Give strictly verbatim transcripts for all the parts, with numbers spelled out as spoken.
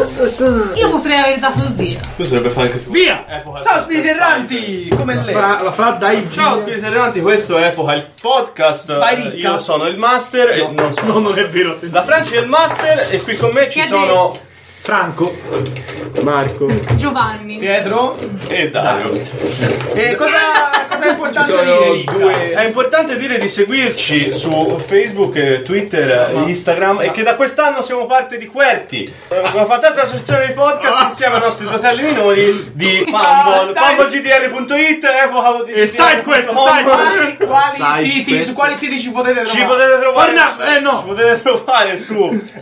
Io potrei aver dato via. Tu dovrebbe fare anche tu. Via! Ciao spiriti erranti! Come lei? La fra dai. Ciao spiriti erranti, questo è Epoca il podcast. Vai, Io sono il master no, e non sono. No, non è vero. La Francia è il master e qui con me ci sono Franco, Marco, Giovanni, Pietro e Dario. E cosa, cosa è importante sono dire? due. È importante dire di seguirci su Facebook, Twitter, Instagram e che da quest'anno siamo parte di Querti, una fantastica associazione di podcast insieme ai nostri fratelli minori di Fumble, fumble g d r punto i t, Epoca E sai questo, sai quali, quali Sai siti, questo. su quali siti ci potete trovare? Ci potete trovare Guarda, su, eh, no. ci potete trovare su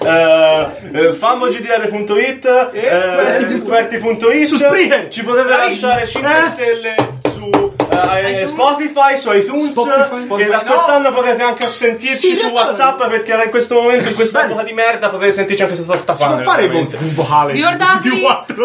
uh, fumble g d r punto i t, uh, Querti punto i t, Su Spreaker. ci potete Bravissimo. lasciare cinque Eh? stelle su uh, iTunes. Spotify, su iTunes, Spotify. e da No. quest'anno potete anche sentirci Sì, su in realtà- WhatsApp, perché in questo momento, in questa epoca di merda, potete sentirci anche su sta si può pane, fare veramente. un vocale ricordatevi di quattro.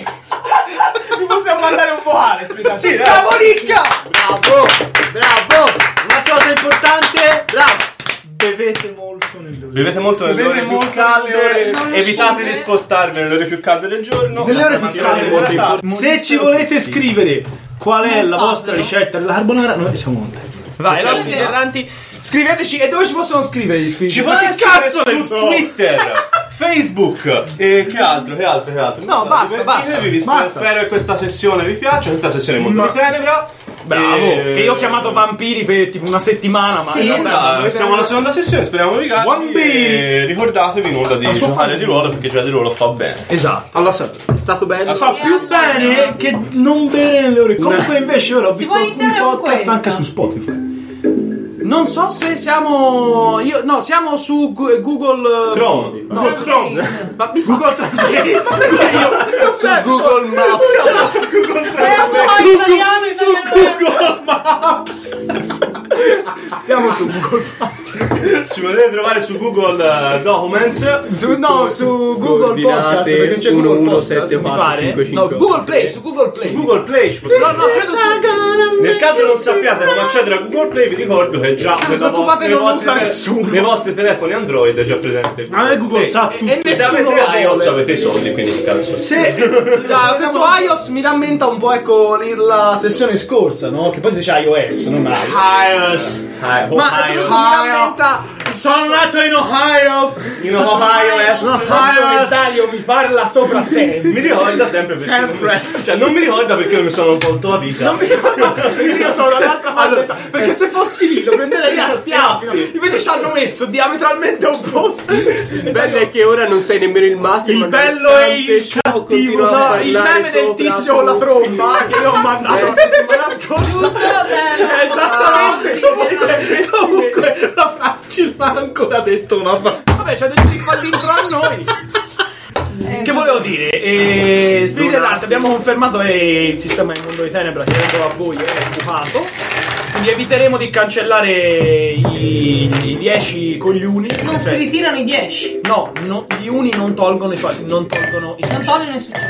Ci possiamo mandare un vocale, scusate. Sì, dai. Bravo Ricca! bravo, bravo. Una cosa importante, bravo. Bevete molto nelle ore. Bevete molto nelle Bevete ore più molto calde, nelle ore- evitate Non di spostarvi nelle ore più calde del giorno. Nelle ore più Mantenete calde, molto idratati. Se ci volete scrivere qual è Non la vostra fatelo. ricetta della carbonara, noi siamo con te. Vai, Perché- nostri erranti, scriveteci. E dove ci possono scrivere gli iscritti? Ci Ma potete che cazzo scrivere ne su so? Twitter, Facebook e che altro, che altro, che altro. No, basta, Divertitevi, vi basta. spero, spero che questa sessione vi piaccia, questa sessione è molto Ma- di tenebra. Bravo, E- che io ho chiamato vampiri per tipo una settimana, ma Sì. in realtà Ah, siamo alla seconda sessione, speriamo vi garbi. Vampiri. E ricordatevi nulla di Ma si può giocare fare- di ruolo, perché già di ruolo fa bene. Esatto. Alla salute. È stato bello. Fa più bene che non bere nelle ore. Comunque invece ora ho Si visto può alcuni iniziare con podcast questa. anche su Spotify. Non so se siamo. Io. No, siamo su Gu- Google. Chrome. No, Ok. Chrome. Ma mi fa. Google Translate. Ma perché io? Non Su so. Google Maps. Eh, poi italiano, italiano. Google Maps. Siamo su Google Maps. Ci potete trovare su Google eh, Documents. Su, no, su Google Coordinate Podcast, perché c'è uno, Google uno, Podcast, sette, mi quattro, pare. cinque, No, cinque, Google otto, Play, su Google Play. Su Google Play ci potete No, no, credo su. Nel caso non sappiate come accedere a Google Play, vi ricordo che già nella preoccupate, vostra- non nei usa vostri- nessuno. nei vostri telefoni Android è già presente A me Google Play. sa E, tutto. e Se nessuno avete lo iOS vuole. avete i soldi, quindi che cazzo. Se da, questo iOS mi rammenta un po', ecco, lì la sessione scorsa, no? Che poi si dice iOS, non iOS. iOS. Ah, Ma Ohio. soprattutto mi rammenta. Sono nato in Ohio. In Ohio S. Ohio e Dario mi parla sopra sempre. Mi ricorda sempre perché Sempre. cioè, non mi ricorda perché io mi sono tolto la vita. Non mi ricordo perché io sono dall'altra parte. Perché se fossi lì lo prenderei a stiaffi. no? Invece ci hanno messo diametralmente opposti. Il bello è che ora non sei nemmeno il master. Il ma bello è il nonostante ciò cattivo, continua a No, parlare il meme del sopra tizio con la tu. tromba che io ho mandato la settimana scorsa. Giusto, eh, Esattamente. ah, Comunque la Franci non ha ancora detto una frase. Vabbè, c'ha detto di fare l'intro a noi. eh, Che volevo dire? Eh, Spiriti dell'arte abbiamo confermato che il sistema del mondo di Tenebra che vengo a voi è bucato. Quindi eviteremo di cancellare i, i dieci cogliuni. Non Cioè, si ritirano i dieci. no, no, gli uni non tolgono i fa- non tolgono i Non toglie nessuno.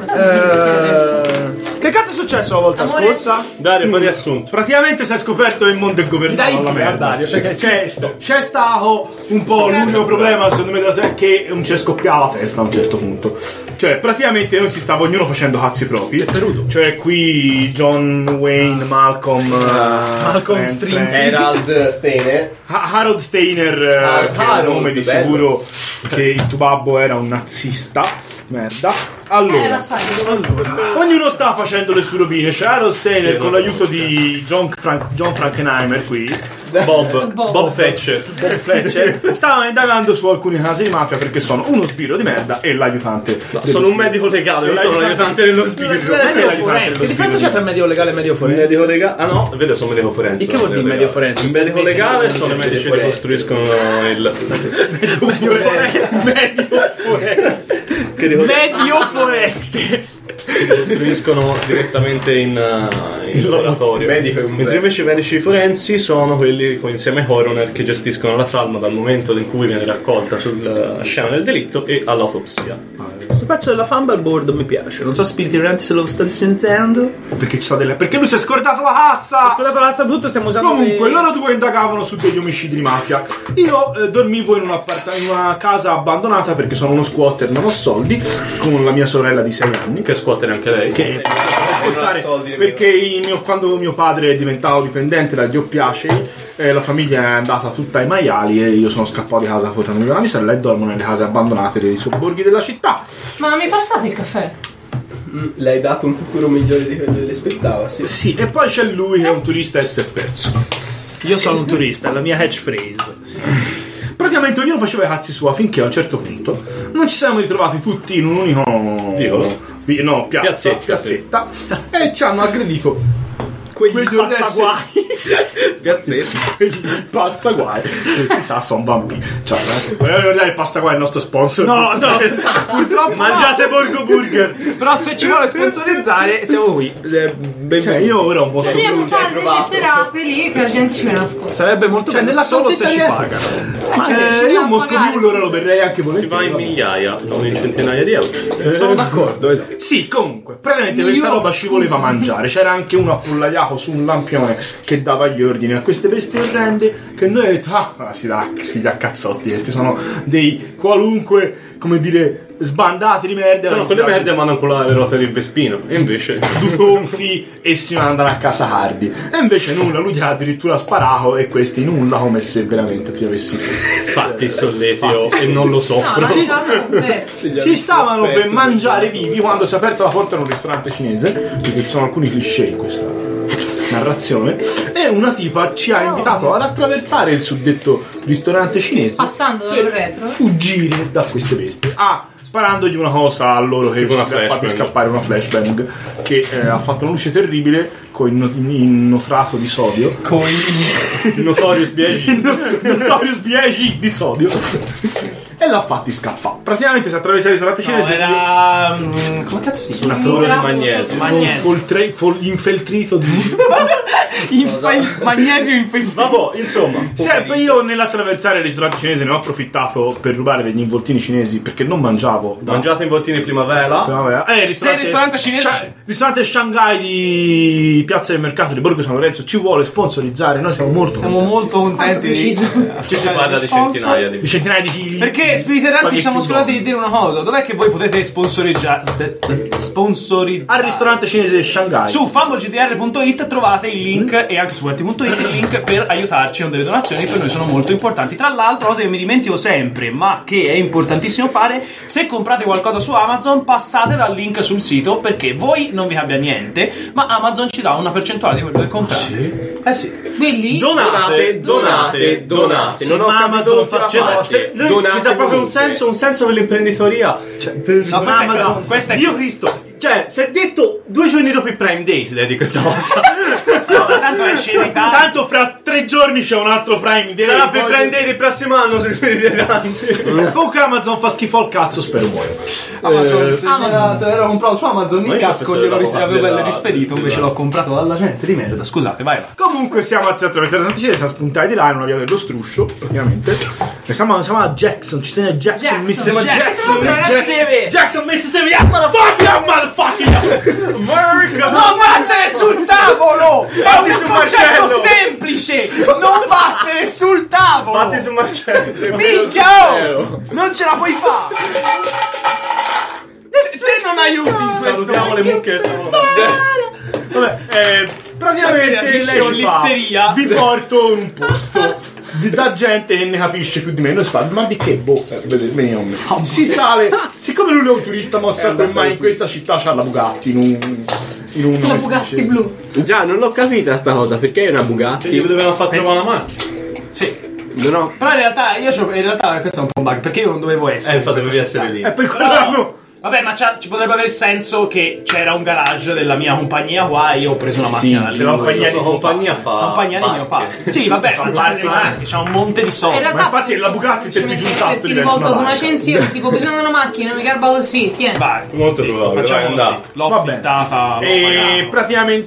Eh, Che cazzo è successo la volta Amore? scorsa? Dario, fai riassunto. Praticamente si è scoperto che il mondo è Mi governato dai dalla il filo, merda. Dario, cioè che- c'è, c'è stato un po' l'unico problema secondo me della serie, che non ci scoppiava la testa a un certo punto. Cioè praticamente noi si stava ognuno facendo cazzi propri. Cioè qui John Wayne, Malcolm, Malcolm Frank- Strinzi. Frank- Herald Steiner. Ha- Harold Steiner, eh, Ah, che è il Harold, nome di bello. sicuro che il tuo babbo era un nazista. Merda. Eh, Allora, lo sai. allora, ognuno sta facendo le sue robine. C'è Harold Steiner con l'aiuto di John, Frank- John Frankenheimer qui. Bob, Bob. Bob Fletcher. Fletcher stava indagando su alcuni casi di mafia perché sono uno sbirro di merda e l'aiutante. No, sono un medico legale, non sono l'aiutante dello sbirro. Sì, l'aiutante dello Che differenza c'è tra medio legale e medio Il forense? medico legale. Ah no, vedo sono medico forense. E che vuol dire medio forense? Il medico Perché legale non sono i medio medici che forense? costruiscono il. Medio foreste. Medio foreste. che ricor- Medio foreste. che costruiscono direttamente in, uh, in laboratorio. Medico è un Mentre be- invece i medici forensi sono quelli con- insieme ai coroner che gestiscono la salma dal momento in cui viene raccolta sulla scena del delitto e all'autopsia. pezzo della Fumbleboard mi piace. Non so Spiriti Erranti se lo state sentendo. Perché ci sta delle. Perché lui si è scordato la cassa! Scusate la tutto stiamo usando. Comunque, dei... loro due indagavano su degli omicidi di mafia. Io eh, dormivo in, appart- in una casa abbandonata perché sono uno squatter, non ho soldi, con la mia sorella di sei anni. Che scuotere anche lei. Che ascoltare, perché il mio, quando mio padre è diventato dipendente dagli oppiacei, eh, la famiglia è andata tutta ai maiali e io sono scappato di casa portandomi via la mia sorella e dormo nelle case abbandonate dei sobborghi della città. Ma mi passate il caffè? Mm, le hai dato un futuro migliore di quello che le aspettava, sì. Sì, e poi c'è lui che è un turista e si è perso. Io sono un turista, è la mia catchphrase. Praticamente ognuno faceva i cazzi sua finché a un certo punto non ci siamo ritrovati tutti in un unico Vicolo? vi- no, piazza, Piazzetta, piazzetta e ci hanno aggredito Quegli quegli passaguai. piazzetta quegli passaguai. Eh, si sa, sono bambini. Ciao, grazie. Vogliamo ricordare il passaguai è il nostro sponsor. No, no, purtroppo Mangiate Borgo Burger. però se ci vuole sponsorizzare siamo qui. Eh, ben- Cioè, io ora ho un posto Potremmo ci hai fare delle trovato. serate lì che la gente ci viene a ascoltare. Sarebbe molto Cioè, bello nella solo se ci stanzetta pagano. Eh, cioè, ci Eh, viene io a un Mosco pagare, Mule ora lo scusa. verrei anche Si volentieri. va in migliaia, non in centinaia di euro. Sono d'accordo, esatto. Sì, comunque, praticamente questa Io- roba ci voleva mangiare. C'era anche uno appollaiato su un lampione che dava gli ordini a queste bestie orrende che noi detto, ah, si dà figli a cazzotti, questi sono dei qualunque, come dire, sbandati di merda. Sono quelle merde ma non quella della per il Vespino. E invece due tonfi e si mandano a casa Hardy. E invece nulla, lui gli ha addirittura sparato e questi nulla, come se veramente ti avessi fatti il solletio e non lo No, soffro. la serata ci stavano per mangiare vivi quando si è aperta la porta in un ristorante cinese, perché ci sono alcuni cliché in questa narrazione, e una tipa ci ha invitato ad attraversare il suddetto ristorante cinese passando dal per retro. fuggire da queste bestie. Ah, sparandogli una cosa a loro che Tipo una ha fatto flashbang. scappare una flashbang che eh, ha fatto una luce terribile con il innotrato di sodio. Con Notorious dieci. Notorious dieci di sodio. E l'ha fatti scappare. Praticamente si attraversa il ristorante no, cinese. era mm, come cazzo si chiama? Una flora di magnesio. Magnesio. Foltre- fol- infeltrito di Infe- magnesio infiltrato. Vabbè, insomma. sempre io nell'attraversare il ristorante cinese ne ho approfittato per rubare degli involtini cinesi perché non mangiavo da Mangiate involtini primavera. primavera. Eh, il Se il ristorante cinese- Sha- ristorante Shanghai di Piazza del Mercato di Borgo San Lorenzo ci vuole sponsorizzare, noi siamo molto Siamo molto contenti di preciso. Ci si parla di centinaia di di centinaia di chili. perché Spiriti Erranti ci siamo Spaghetti scordati di dire una cosa. Dov'è che voi potete sponsoreggiare sponsorizzare al ristorante cinese di Shanghai. su fumblegdr punto it trovate il link e anche su Verti punto it il link per aiutarci con delle donazioni, per noi sono molto importanti. Tra l'altro, cosa che mi dimentico sempre ma che è importantissimo fare: se comprate qualcosa su Amazon passate dal link sul sito, perché voi non vi cambia niente ma Amazon ci dà una percentuale di quello che comprate. Eh sì. Quelli? Donate, donate, donate. Non ho Ma capito Amazon come fa ce la cioè, fate. se- lui Donate ci sa proprio un comunque. senso, un senso per l'imprenditoria. Cioè, per No, questa è- Amazon. no, questa è- Dio Cristo. Cioè, si è detto due giorni dopo il Prime Day si di questa cosa. No, tanto esce in Italia. Tanto fra tre giorni c'è un altro Prime Day. Sarà per il poi- Prime Day del prossimo anno sui Mediterranei. Comunque Amazon fa schifo al cazzo, spero muoio. Amazon, Eh, se, era, se l'ero comprato su Amazon Ma il io casco penso glielo che ris- la- l'avevo della- bello rispedito, invece della- l'ho comprato dalla gente di merda. Scusate, vai, vai. Comunque siamo attraverso il ristorante cinese, siamo spuntati di là in una via dello struscio, praticamente. E siamo, siamo a Jackson, ci tiene Jackson, Jackson, Mississippi. Jackson, Jackson, Mississippi. Jackson, Mississippi. Yeah, motherfucker, yeah, motherfucker. America. Non battere sul tavolo! È Batti un su concetto Marcello. semplice! Non battere sul tavolo! Batti su Marcello. Minchia! oh! Non ce la puoi fare! Te non aiuti in Salutiamo questo! le mucche che stanno. Vabbè, eh, praticamente Agisce lei con ci fa, l'isteria. vi porto in un posto di- da gente che ne capisce più di me. Noi si fa, ma di che boh? Eh, vedi, veniamo a me. Si sale, siccome lui è un turista, ma sa come mai in questa città c'ha la Bugatti in un... In un La come si Bugatti dice? blu. Già, non l'ho capita sta cosa, perché è una Bugatti? Gli dovevano far trovare una macchina. Sì. Non ho... Però in realtà io c'ho- in realtà questo è un po' un bug, perché io non dovevo essere. Eh, infatti in dovevi questa essere lì. città. E per quello Però- hanno... Vabbè, ma c'ha- ci potrebbe aver senso che c'era un garage della mia compagnia qua e io ho preso una macchina da lì. c'è la compagnia La di compagnia fa. La compagnia di mio padre. Sì, vabbè, ma c'è anche, c'ha un monte di soldi. In realtà, Ma infatti la Bugatti c'è più di un tasto ti diverso, rivolto ad una una marca. agenzia, tipo bisogno di una macchina, mi garba così, tieni. Vai, Molto sì, probabile, facciamo vai, così. andate. L'ho Va bene. affittata, l'ho E pagata. praticamente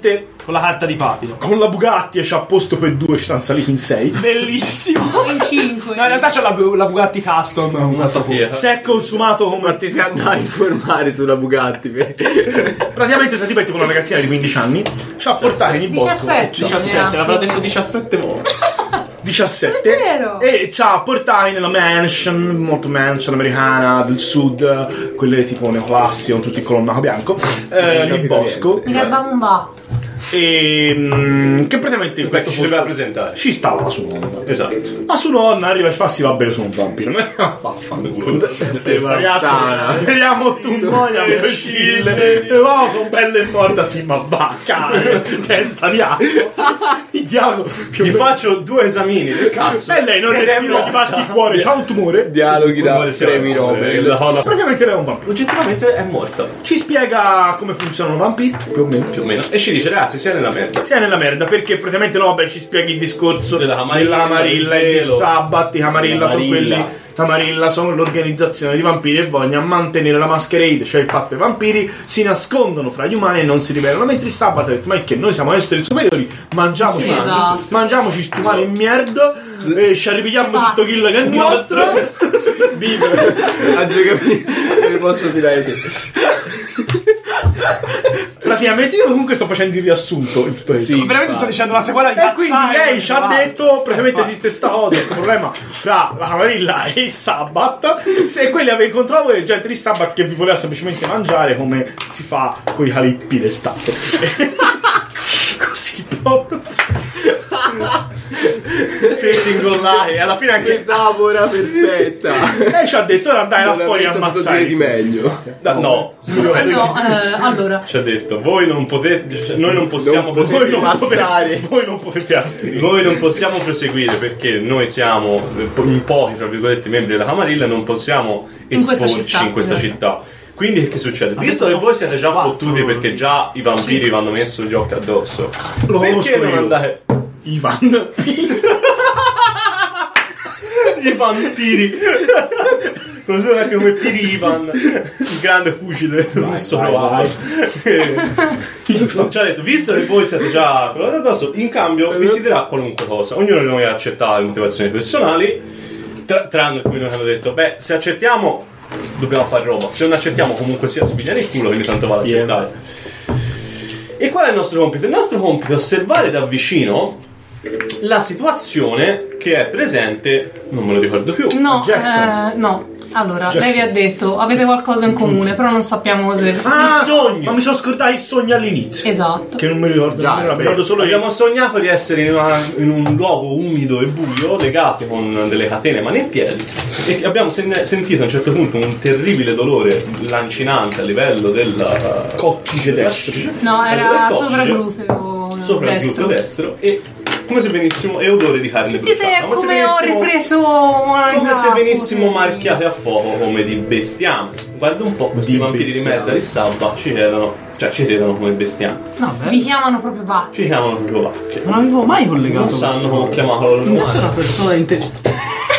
con la carta di papiro. Con la Bugatti e c'ha posto per due, ci stanno saliti in sei. Bellissimo. In cinque. No, in realtà c'è la, la Bugatti Custom. Un'altra pietra. Se è consumato come... Ma ti sei andato a informare sulla Bugatti? Praticamente sta tipo è tipo una ragazzina di quindici anni. Ci ha portato in bosco. diciassette. diciassette, l'avrà detto diciassette volte. diciassette È vero. e ci ha portati nella mansion, molto mansion americana del sud, quelle tipo neoclassiche con tutti il colonnato bianco, eh, nel bosco. Mi garbava un batto. E mm, che praticamente Questo ci doveva presentare. ci stava la sua nonna. Esatto. La sua nonna arriva e fa sì vabbè io sono un vampiro. Vaffanculo. Ragazzi, speriamo tu muoia imbecille. E wow, sono bella e morta, sì ma vacca. Testa di asso. Il diavolo. Gli faccio due esamini del cazzo. E lei non Ed è respira, gli morta. parte il cuore, c'ha un tumore. Dialoghi da Tumore, sì, premi tumore, Nobel. la colla. Praticamente lei è un vampiro. Oggettivamente è morta, Ci spiega come funzionano i vampiri, più o meno. più o meno. E ci dice, ragazzi, siete nella merda. Sia nella merda, perché praticamente no, vabbè, ci spieghi il discorso Della Camarilla, della Camarilla del e di velo. Sabbath. I Camarilla sono Camarilla. quelli. Camarilla sono l'organizzazione di vampiri e vogliono mantenere la masquerade, cioè il fatto che i vampiri si nascondono fra gli umani e non si rivelano. Mentre il Sabbath ha detto: ma è che noi siamo esseri superiori, mangiamoci, Sì, esatto. mangiamoci sti umani in merda e ci arriviamo tutto quello che è nostro. Ha già capito. Mi posso fidare di te. Praticamente io comunque sto facendo il riassunto in tutto questo. Sì. Veramente sto dicendo una sequela di E quindi cazzate, lei ci ha vai. detto praticamente esiste sta cosa, questo problema fra la Camarilla e il Sabbath. Se quelli aveva incontrato la gente di Sabbath che vi voleva semplicemente mangiare come si fa con i calippi d'estate. Così proprio. Single lie. Alla fine anche Metafora perfetta. Lei ci ha detto ora andai là Non fuori e avrei saputo ammazzare dire di meglio. Da- no, No, eh, allora. ci ha detto, voi non potete, cioè, noi non possiamo, Non potete voi, non passare. potete voi non potete altri. noi non possiamo proseguire perché noi siamo eh, in pochi, tra virgolette, membri della Camarilla e non possiamo In questa esporci città, in questa esatto. città. Quindi che succede? Visto che voi siete già fottuti perché già i vampiri vi hanno messo gli occhi addosso, Lo conosco perché non io. andate Ivan. i vampiri? Conosciuto anche come Piri Ivan, il grande fucile russo vai, provato. Ci ha detto, visto che voi siete già colorati addosso, in cambio vi si dirà qualunque cosa. Ognuno di noi ha accettato le motivazioni personali, tra- tranne alcuni che hanno detto, beh, se accettiamo dobbiamo fare roba, se non accettiamo comunque sia spigliare il culo, quindi tanto vale Yeah. accettare. E qual è il nostro compito? Il nostro compito è osservare da vicino la situazione che è presente, non me lo ricordo più. No, Jackson. eh, no. Allora, Jackson. lei vi ha detto, avete qualcosa in comune, però non sappiamo cos'è. Ah, sogno. Ma mi sono scordato il sogno all'inizio. Esatto. Che non mi ricordo, Già, nemmeno, mi beh. ricordo solo io. Abbiamo sognato di essere in, una- in un luogo umido e buio, legati con delle catene mani e piedi, e abbiamo sen- sentito a un certo punto un terribile dolore lancinante a livello del Coccice destro. No, del era coccice, sopra il gluteo sopra il destro. gluteo destro e come se venissimo, e odore di carne Sentite bruciata, come se come ho venissimo- ripreso come se una- venissimo così. marchiati a fuoco come di bestiame. Guarda un po' questi Di vampiri di bestiame. merda di Sabba ci credono, cioè ci credono come bestiame. No, vi chiamano proprio vacche. Ci chiamano proprio vacche. Non avevo mai collegato Non questa sanno come cosa. chiamarlo loro Non essere una umani. persona intelligente.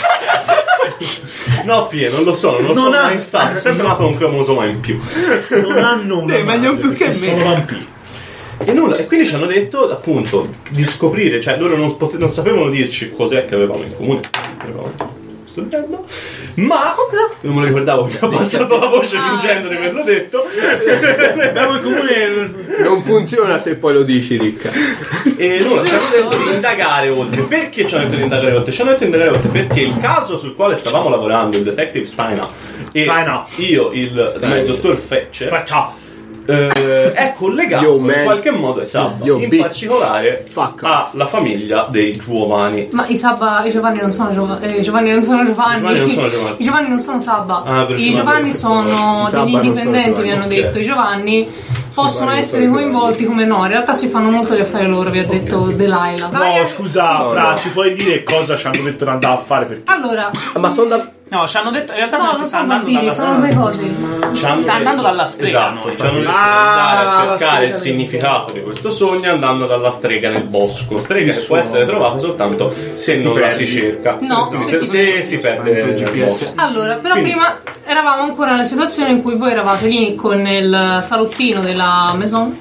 No, Pie, non lo sono, non lo Non sono ha- mai stato. È sempre nato un cromosoma in più. Non hanno una Eh, meglio madre, più che perché me. sono vampiri. E nulla, e quindi ci hanno detto appunto di scoprire, cioè loro non, pote- non sapevano dirci cos'è che avevamo in comune. Avevamo questo livello, ma non me lo ricordavo che ho abbassato la voce Ah, fingendo di averlo detto. Abbiamo in comune. Non funziona se poi lo dici, Ricca. E nulla, ci hanno detto di indagare oltre. Perché ci hanno detto di indagare oltre? Ci hanno detto di indagare oltre perché il caso sul quale stavamo lavorando, il detective Steiner e Steiner. io, il, il dottor Fetcher, Faccia. eh, è collegato Yo, in man. qualche modo ai Sabba, Yo, in bitch. particolare Fuck. alla famiglia dei Giovani. Ma i Sabba, i Giovanni non sono Giova- eh, i Giovanni non sono Giovanni. I Giovanni non sono Giovanni. I Giovanni non sono Sabba. Ah, per I Giovanni. Giovanni sono I Sabba degli non indipendenti, sono vi hanno Giovanni. detto. I Giovanni possono non essere sono coinvolti come no. In realtà si fanno molto gli affari loro, vi ha detto Delilah. Vai, No, eh, scusa, sì. Fra, ci puoi dire cosa ci hanno detto di andare a fare? Perché Allora, Ma sono da. No, ci hanno detto. In realtà no, si non sta sono andando vampiri, dalla sono due cose. Ci hanno sta detto- andando dalla strega, Esatto, no? ci hanno detto di Ah, andare a la cercare strega il del- significato di questo sogno andando dalla strega nel bosco. Strega che può essere trovata soltanto se non la si cerca. No, se, se se- ti se perdi. si perde nel G P S. bosco. Allora, però Quindi- prima eravamo ancora nella situazione in cui voi eravate lì con il salottino della Maison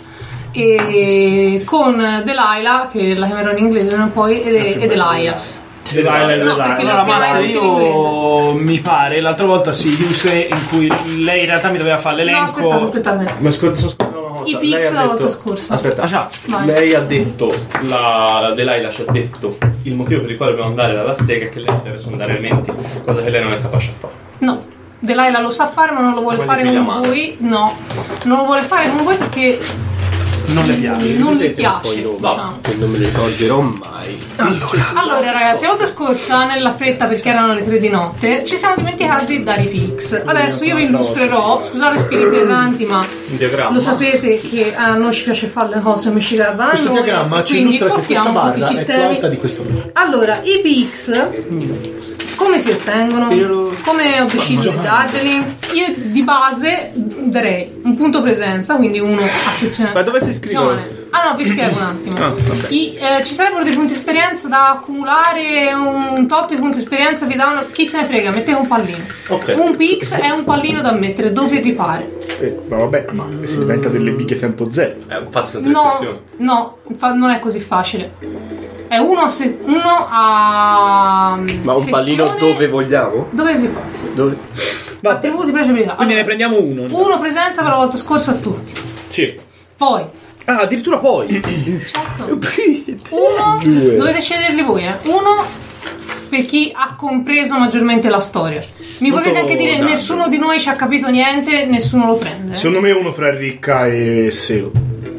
e con Delilah, che la chiamerò in inglese non poi, ed, ed Elias. Delilah e No, perché Allora, le Master, chiamai tutti in io mi pare l'altra volta si use in cui lei in realtà mi doveva fare No, l'elenco. aspettate, aspettate. Ma ascolta, sto scordando una cosa. I Lei Pix ha la detto- volta scorsa. Aspetta, Ah, ciao. Vai. lei ha detto, la Delilah ci ha detto il motivo per il quale dobbiamo andare dalla strega è che lei deve sondare le menti, cosa che lei non è capace a fare. No, Delilah lo sa fare ma non lo vuole Quelli fare piglia con mano. voi. No, non lo vuole fare con voi perché Non le piace. non le Vedete un po' piace. di roba diciamo. che non me ne ricorderò mai. Allora ragazzi, la volta scorsa nella fretta perché erano le tre di notte ci siamo dimenticati di dare i Pix. Adesso io vi illustrerò, scusate spiriti erranti ma Un diagramma. lo sapete che a noi ci piace fare le cose come ci garbano a Questo noi, diagramma ci quindi illustra che questa portiamo tutti i barra è più alta sistemi. di questo qui. Allora, i Pix come si ottengono? Come ho deciso di darveli? Io di base darei un punto presenza, quindi uno a sezione. Ma dove si scrive? Ah no, vi spiego un attimo. Ah, ok. I, eh, ci sarebbero dei punti esperienza da accumulare, un tot di punti esperienza vi danno. Chi se ne frega, mettete un pallino. Ok. Un Pix è un pallino da mettere dove vi pare. Eh, ma vabbè, ma si diventa delle bighe tempo zero. Eh, infatti sono tre No, sessioni. no, infa- non è così facile. È uno a, se- uno a Ma un pallino sessione dove vogliamo? dove vi pare. Sì. Dove? Attributi pregiabilità. Quindi ne Allora, prendiamo uno. uno presenza per la volta scorsa a tutti. Sì. Poi Ah, addirittura poi. certo, uno dovete sceglierli voi, eh. Uno per chi ha compreso maggiormente la storia. Mi Molto potete anche dire dungeon. nessuno di noi ci ha capito niente, nessuno lo prende. Secondo me uno fra Ricca e Selo.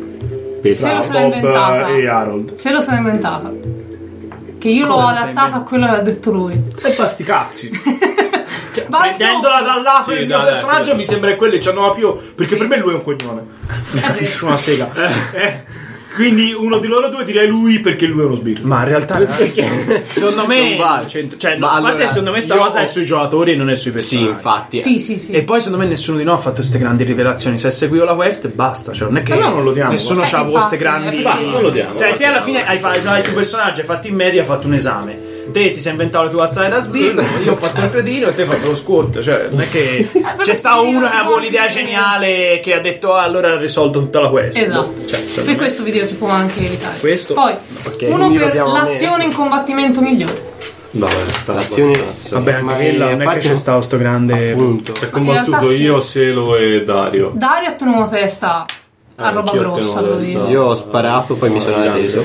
Se lo se l'ha Bob inventata. e Harold. Se lo sarà inventata. Che io l'ho Cosa se l'ha adattata a quello che ha detto lui. E fa sti cazzi. Cioè, Vai, prendendola no. dal lato Sì, del mio dai, dai, personaggio dai. mi sembra che quelli c'hanno più. Perché per me lui è un cognome. vero. Sono una sega. Eh, quindi uno di loro due direi lui perché lui è uno sbirro. Ma in realtà secondo me Non vale. cento- cioè, Ma no, a parte allora, secondo me sta io- cosa è sui giocatori e non è sui Sì, personaggi. infatti. Sì, sì, sì. E poi secondo me nessuno di noi ha fatto queste grandi rivelazioni. Se seguivo la quest basta, cioè non è che Ma no, non lo diamo. nessuno Eh, c'ha infatti, queste grandi. eh, Basta, non lo diamo. Cioè, te alla fine hai fatto già i tuoi personaggi, hai fatto in media, hai fatto un esame. Te ti sei inventato le tue azzate da sbirro, io ho fatto il cretino e te hai fatto lo squat. Cioè, non è che c'è sta perché uno io che aveva si un'idea può anche- geniale che ha detto ah, allora ha risolto tutta la quest. Esatto. Cioè, secondo Per me- questo video si può anche evitare. Questo- Poi Ok, uno quindi lo per diamo a me. l'azione in combattimento migliore. Vabbè, sta L'azione- abbastanza. Vabbè, anche Ma quella è- non è a parte- che c'è stato sto grande. Appunto. Ho in combattuto realtà sì. io, Selo e Dario. Dario ha tenuto testa a Ah, roba anch'io ho grossa, tenuto lo testa. dico. Io ho sparato, poi mi sono grande. arreso.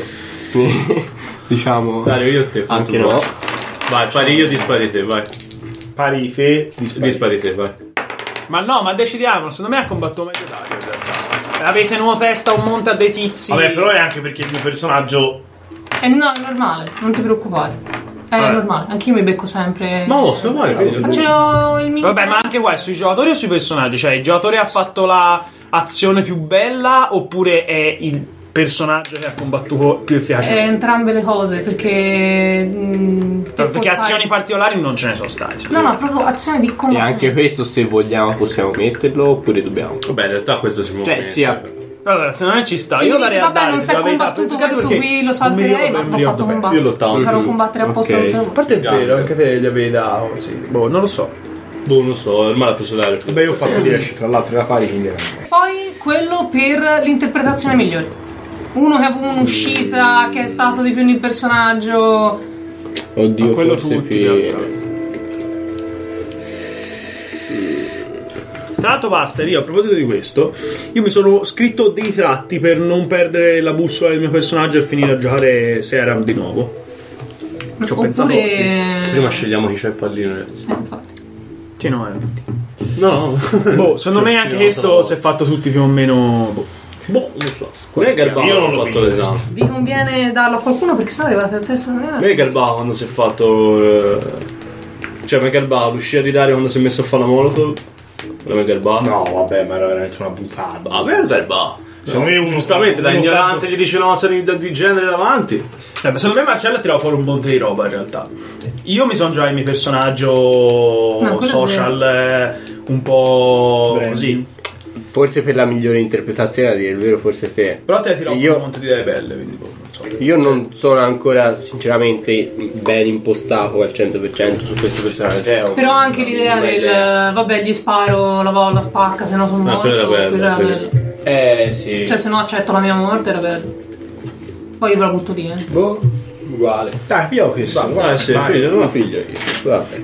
Diciamo. Dario, io e te. Anche punto no. no. Vai, pari io, dispari te, vai. Pari te, dispari. Dispari te, vai. Ma no, ma decidiamo, secondo me ha combattuto meglio Dario in realtà. Avete tenuto testa un monte a dei tizi. Vabbè, però è anche perché il mio personaggio. Eh no, è normale, non ti preoccupare. È Vabbè. normale, anch'io mi becco sempre. Ma oh, se vai, vedi. Faccio il mini. Vabbè, ma anche qua è sui giocatori o sui personaggi? Cioè, il giocatore ha fatto la azione più bella oppure è il personaggio che ha combattuto più Eh, efficacemente? entrambe le cose, perché. mh, te Perché puoi azioni fare- particolari non ce ne sono state. No, no, proprio azione di E combattimento. anche questo, se vogliamo, possiamo metterlo oppure dobbiamo. Vabbè, in realtà questo si può Cioè, mettere. sia. Allora, se non ci sta, Sì, io mi darei dici, a vabbè, Dario. non si è la verità, combattuto perché questo perché qui, lo non mi salterei, ricordo- ma non mi l'ho ricordo fatto bene. combattere. Io lottavo Lo farò più. combattere apposta Ok. tutte le A volte. parte è vero, anche te gli avevi dato, sì. Boh, non lo so. Boh, non so, ormai l'ha preso Dario. Beh, io ho fatto dieci, fra l'altro era pari, quindi era. Poi quello per l'interpretazione migliore. Uno che ha avuto un'uscita, che è stato di più nel personaggio. Oddio, Ma quello forse tutti, più. in realtà. Tra l'altro, basta, io a proposito di questo, io mi sono scritto dei tratti per non perdere la bussola del mio personaggio e finire a giocare Seram di nuovo. Ci ho pensato oggi. Oppure. Prima scegliamo chi c'ha il pallino, ragazzi. Eh, infatti. Che no, eh. No, no. Boh, secondo me anche questo si è fatto tutti più o meno. Boh. Boh, non so. Me Garbava Io non ha l'ho fatto vinto. l'esame. Vi conviene darlo a qualcuno perché sennò arrivate al testo. Me Garbava quando si è fatto. eh, Cioè, me Garbava l'uscita di Dario quando si è messo a fare la Molotov. La me Garbava. No, vabbè, ma era veramente una puttana. Ah, me Garbava. Secondo me uno Giustamente, da uno ignorante fatto- gli dice una cosa di, di genere davanti. Eh, beh, secondo me Marcello ha tirato fuori un monte di roba in realtà. Io mi sono già il mio personaggio No, quello è social eh, un po' Brand. così. Forse per la migliore interpretazione, a dire il vero, forse te. Però te hai tirato Io- fuori un monte di belle, quindi boh, non so. Io non sono ancora sinceramente ben impostato al cento per cento su questi personaggi. Cioè, ho Però anche una l'idea minima del idea. vabbè, gli sparo, la volla spacca, se no sono Ah, morto. quella era bella, quella era quella- bella. Eh sì. Cioè, se no accetto la mia morte, era bello. Poi io ve la butto lì, eh. Boh, uguale. Dai, pigliamo questo. Va, eh, sì, figlio, Non no? figlio io. Vabbè.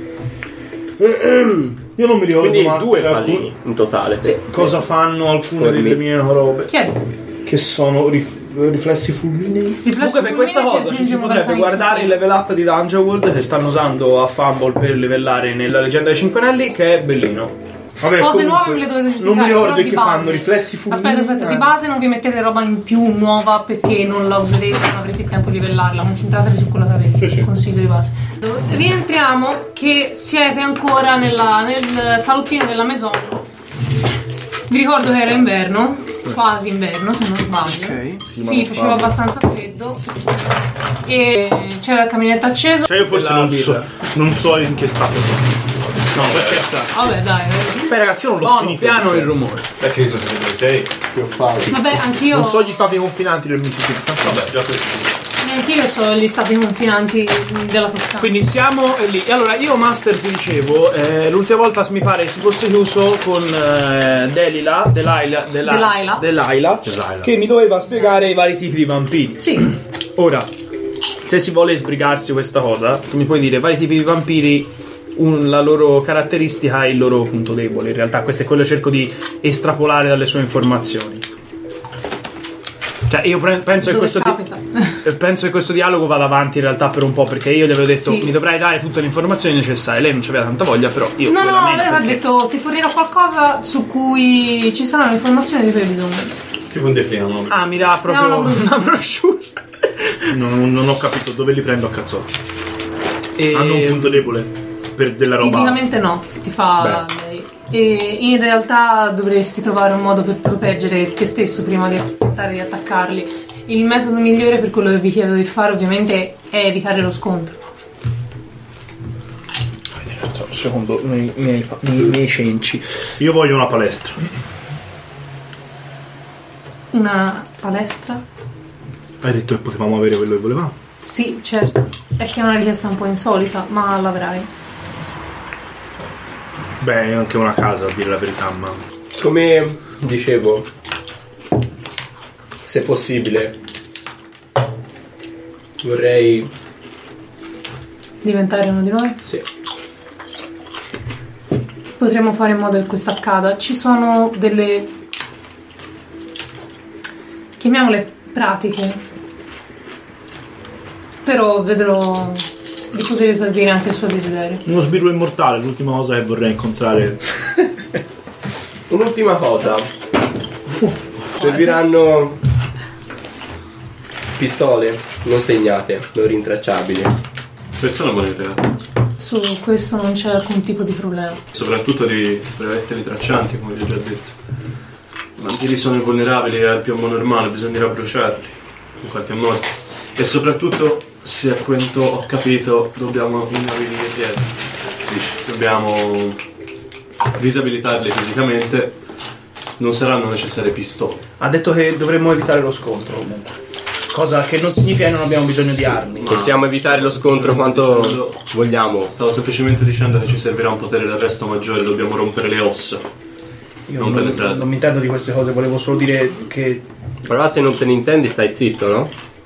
Io non mi ricordo Quindi Master, due alcun- pallini in totale. Sì. cosa fanno alcune Formi. delle mie robe. Chiedi. Che sono rif- riflessi fulminei. Comunque per questa cosa ci si potrebbe guardare il level up di Dungeon World che stanno usando a Fumble per livellare nella leggenda dei cinque anelli, che è bellino. Vabbè, Cose comunque, nuove me le dovete giustificare. non mi ricordo però che di fanno base- riflessi fulminei. Aspetta, aspetta, eh. di base non vi mettete roba in più nuova perché non la userete, non avrete il tempo di livellarla. Concentratevi su quello che avete. Sì, sì. Consiglio di base. Rientriamo che siete ancora nella- nel salottino della Maison. Vi ricordo che era inverno, quasi inverno se non sbaglio. Ok. Sì, faceva abbastanza freddo. E c'era il caminetto acceso. Cioè io forse Della non birra. so, non so in che stato sono. No, per scherzare. Vabbè, dai. eh. Beh ragazzi, io non l'ho Buono, finito. piano cioè. il rumore. Perché sono sempre dove sei? Che ho fatto? Vabbè, anch'io. Non so gli stati confinanti del Mississippi. Vabbè, già questo. Anch'io so gli stati confinanti della Toscana. Quindi siamo lì. E allora io Master ti dicevo, eh, l'ultima volta mi pare si fosse chiuso con eh, Delila, Delilah, Dela- Delilah. Delilah, Delilah. che mi doveva spiegare i vari tipi di vampiri. Sì, Ora, se si vuole sbrigarsi questa cosa, tu mi puoi dire vari tipi di vampiri, un- la loro caratteristica e il loro punto debole. In realtà questo è quello che cerco di estrapolare dalle sue informazioni. Cioè io pre- penso che dove questo di- capita. eh, penso che questo dialogo vada avanti in realtà per un po', perché io gli avevo detto Sì. mi dovrai dare tutte le informazioni necessarie. Lei non aveva tanta voglia, però io No, no, veramente, lei mi ha perché- detto ti fornirò qualcosa su cui ci saranno informazioni di cui hai bisogno. Tipo un declino. Ah, mi dà proprio No, no, una brochure. Non, non ho capito dove li prendo a cazzotti. E- Hanno un punto debole per della roba. Fisicamente no, ti fa lei. E in realtà dovresti trovare un modo per proteggere te stesso prima di tentare di attaccarli. Il metodo migliore per quello che vi chiedo di fare ovviamente è evitare lo scontro. Secondo i miei, miei, i miei cenci. Io voglio una palestra. Una palestra? Hai detto che potevamo avere quello che volevamo. Sì, certo. È che è una richiesta un po' insolita, ma l'avrai. Beh, anche una casa, a dire la verità, ma... Come dicevo, se possibile, vorrei... Diventare uno di noi? Sì. Potremmo fare in modo che questo accada. Ci sono delle, chiamiamole pratiche, però vedrò di poter esaudire anche il suo desiderio. Uno sbirro immortale, l'ultima cosa che vorrei incontrare. Un'ultima cosa. Serviranno pistole non segnate, non rintracciabili. Questa è una buona idea. Su questo non c'è alcun tipo di problema. Soprattutto di brevetti ritraccianti, come vi ho già detto. I vampiri sono invulnerabili al piombo normale, bisognerà bruciarli in qualche modo. E soprattutto, se a quanto ho capito, dobbiamo inabilire i piedi. Sì, dobbiamo disabilitarli fisicamente. Non saranno necessarie pistole. Ha detto che dovremmo evitare lo scontro comunque. Cosa che non significa che non abbiamo bisogno di armi. Possiamo evitare lo scontro quanto vogliamo. Stavo semplicemente dicendo che ci servirà un potere d'arresto maggiore, dobbiamo rompere le ossa. Io non non, penetrare. non mi intendo di queste cose, volevo solo dire che. Però se non te ne intendi stai zitto, no?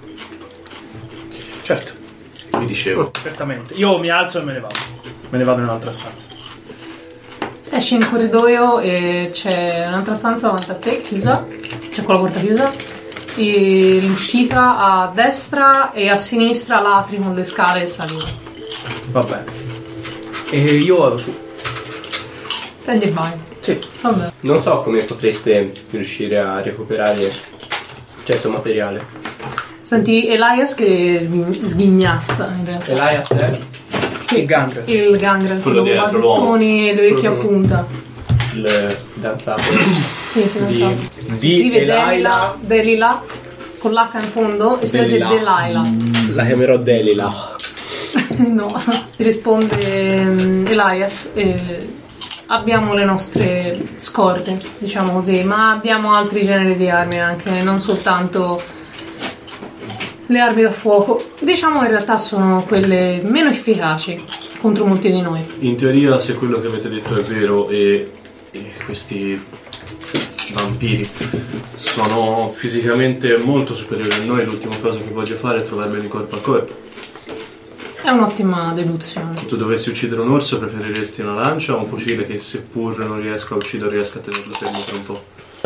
Certo, Vi dicevo. certamente. Io mi alzo e me ne vado. Me ne vado in un'altra stanza. Esci in corridoio e c'è un'altra stanza davanti a te, chiusa. C'è quella porta chiusa. E l'uscita a destra e a sinistra l'atrio con le scale e salire. Va bene. E io vado su. Prendi e vai. Sì. Vabbè. Non so come potreste riuscire a recuperare certo materiale. Senti Elias che sghi- sghignazza in realtà. Elias è? Sì, il Gangrel. Il Gangrel, Quello quello con di dietro, vasettoni e le orecchie a Mhm. punta. Il fidanzato Sì, fidanzato. di Si scrive Delilah. Delilah, Delilah con l'H in fondo e si legge Delilah. Delilah. La chiamerò Delila. No, ti risponde mm, Elias. eh, abbiamo le nostre scorte, diciamo così, ma abbiamo altri generi di armi anche, non soltanto le armi da fuoco. Diciamo in realtà sono quelle meno efficaci contro molti di noi. In teoria, se quello che avete detto è vero e, e questi vampiri sono fisicamente molto superiori a noi, l'ultima cosa che voglio fare è trovarmeli corpo a corpo. È un'ottima deduzione. Se tu dovessi uccidere un orso, preferiresti una lancia o un fucile che seppur non riesco a uccidere riesco a tenerlo fermo per un po'?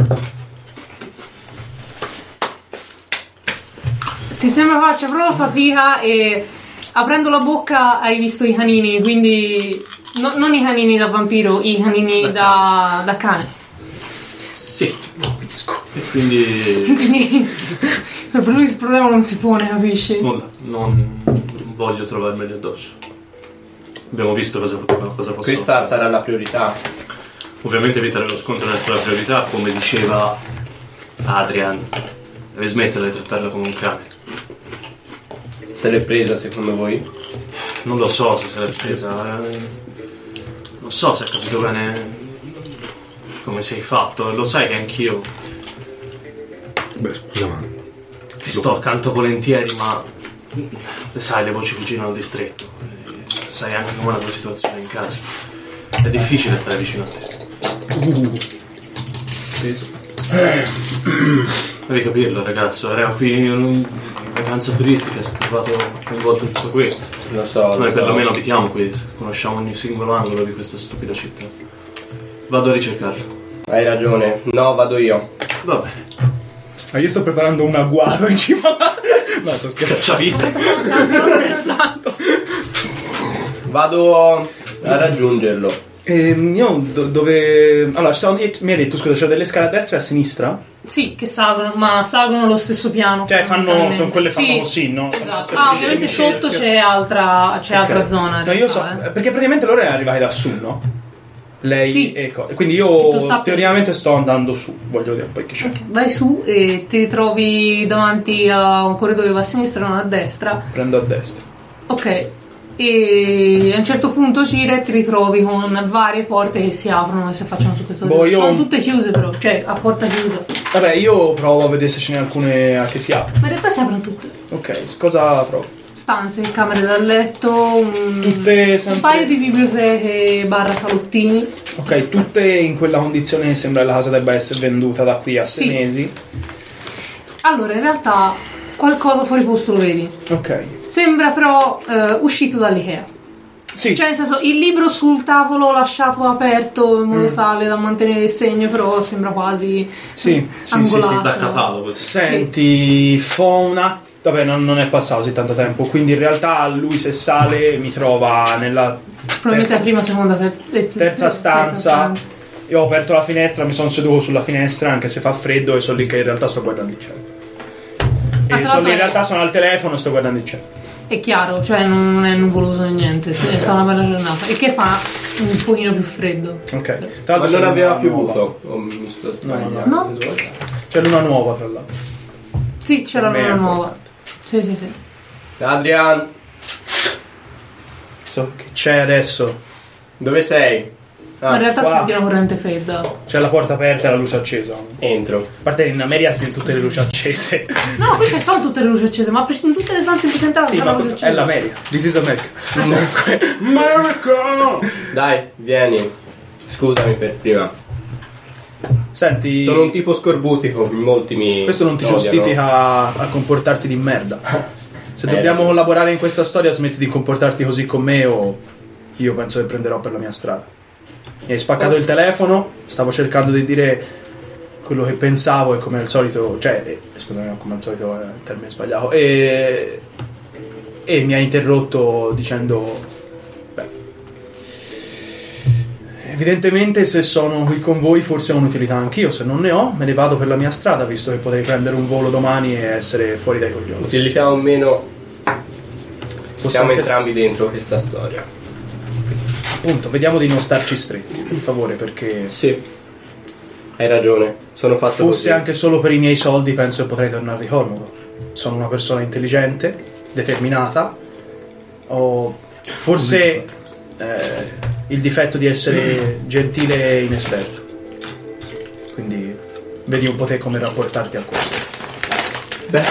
Ti sembra faccia proprio fatica e aprendo la bocca hai visto i canini, quindi no, non i canini da vampiro, i canini da, da cane. Sì, capisco. E quindi... Quindi per lui il problema non si pone, capisci? nulla, non voglio trovarmeli addosso. Abbiamo visto cosa, cosa possono Questa fare. sarà la priorità. Ovviamente evitare lo scontro deve essere la priorità, come diceva Adrian. Deve smettere di trattarla come un cane. Se l'è presa secondo voi? Non lo so se se l'è presa. eh, Non so se ha capito bene come sei fatto. Lo sai che anch'io Beh, scusa, ma... ti sto accanto volentieri, ma le sai, le voci vicino al distretto. eh, Sai anche com'è la tua situazione in casa. È difficile stare vicino a te. Uh, peso. Devi capirlo, ragazzo. Era qui in vacanza turistica, si è trovato coinvolto in tutto questo. Lo so, lo Noi so. perlomeno abitiamo qui, conosciamo ogni singolo angolo di questa stupida città. Vado a ricercarlo. Hai ragione. No, vado io. Va bene. Ma io sto preparando un agguato in cima alla... No, sto scherzando. Cazzavi? Vado a raggiungerlo. Ehm, io do- dove... Allora, ci sono... mi hai detto, scusa, c'è delle scale a destra e a sinistra? Sì, che salgono, ma salgono lo stesso piano. Cioè, fanno... fondamentalmente. sono quelle fanno Sì, così, no? esatto. Ah, ovviamente sotto c'è altra, c'è altra Ok. zona. in No, io so... realtà, eh. Perché praticamente loro erano arrivati da su, no? Lei Sì. e co- quindi Che io tu sappia- teoricamente sto andando su, voglio vedere poi che c'è. Vai su e ti ritrovi davanti a un corridoio che va a sinistra e uno a destra. Prendo a destra. Ok. E a un certo punto gira e ti ritrovi con varie porte che si aprono e si affacciano su questo Boh, corridoio. io- Sono tutte chiuse però, cioè a porta chiusa. Vabbè, io provo a vedere se ce n'è alcune a che si apre. Ma in realtà si aprono tutte. Ok, cosa provo? Stanze, camere da letto, un, Tutte un sempre... paio di biblioteche barra salottini. Ok, tutte in quella condizione che sembra la casa debba essere venduta da qui a sei Sì. mesi. Allora, in realtà qualcosa fuori posto lo vedi. Ok. Sembra però eh, uscito dall'Ikea. Sì, Cioè, nel senso, il libro sul tavolo lasciato aperto in modo tale da mantenere il segno, però sembra quasi sì, sì, sì, angolato. sì. Da catalogo. Senti, fa un attimo... Vabbè, non, non è passato così tanto tempo, quindi in realtà lui se sale mi trova nella Probabilmente la prima, seconda, ter- eh, terza stanza. Io ho aperto la finestra, mi sono seduto sulla finestra anche se fa freddo e sono lì che in realtà sto guardando il cielo. tra E sono l'altro lì, in è- realtà sono al telefono e sto guardando il cielo. È chiaro, cioè non è nuvoloso né niente, è stata una bella giornata. Il che fa un pochino più freddo. Ok. Tra Ma l'altro c'è non aveva luna più nuova. buco. O mi sto No, no, sbagliando? no. C'è luna nuova tra l'altro. Sì, c'è la Per me luna è nuova. importante. Sì, sì, sì. Adrian, So che c'è adesso. dove sei? Ma in Ah, realtà qua. senti una corrente fredda. C'è la porta aperta e la luce accesa. A entro. parte in America sono tutte le luci accese. No, queste sono tutte le luci accese, ma in tutte le stanze presentate Sì, c'è ma la luce accesa. è l'America. This is America. Dai, vieni. Scusami per prima. Senti, Sono un tipo scorbutico, molti mi questo non ti odiano. giustifica a comportarti di merda. Se Eh. dobbiamo collaborare in questa storia, smetti di comportarti così con me o io penso che prenderò per la mia strada. Mi hai spaccato il telefono, stavo cercando di dire quello che pensavo e come al solito, cioè, eh, scusami, no, come al solito è il termine sbagliato, e, e mi hai interrotto dicendo, beh, evidentemente se sono qui con voi forse ho un'utilità anch'io, se non ne ho me ne vado per la mia strada, visto che potrei prendere un volo domani e essere fuori dai coglioni. Utilità o meno, Posso siamo anche- entrambi dentro questa storia. Appunto, vediamo di non starci stretti, per favore, perché Sì, hai ragione. Sono fatto fosse così. anche solo per i miei soldi penso che potrei tornare comodo. Sono una persona intelligente, determinata, ho forse eh, il difetto di essere gentile e inesperto. Quindi vedi un po' te come rapportarti a questo. Beh.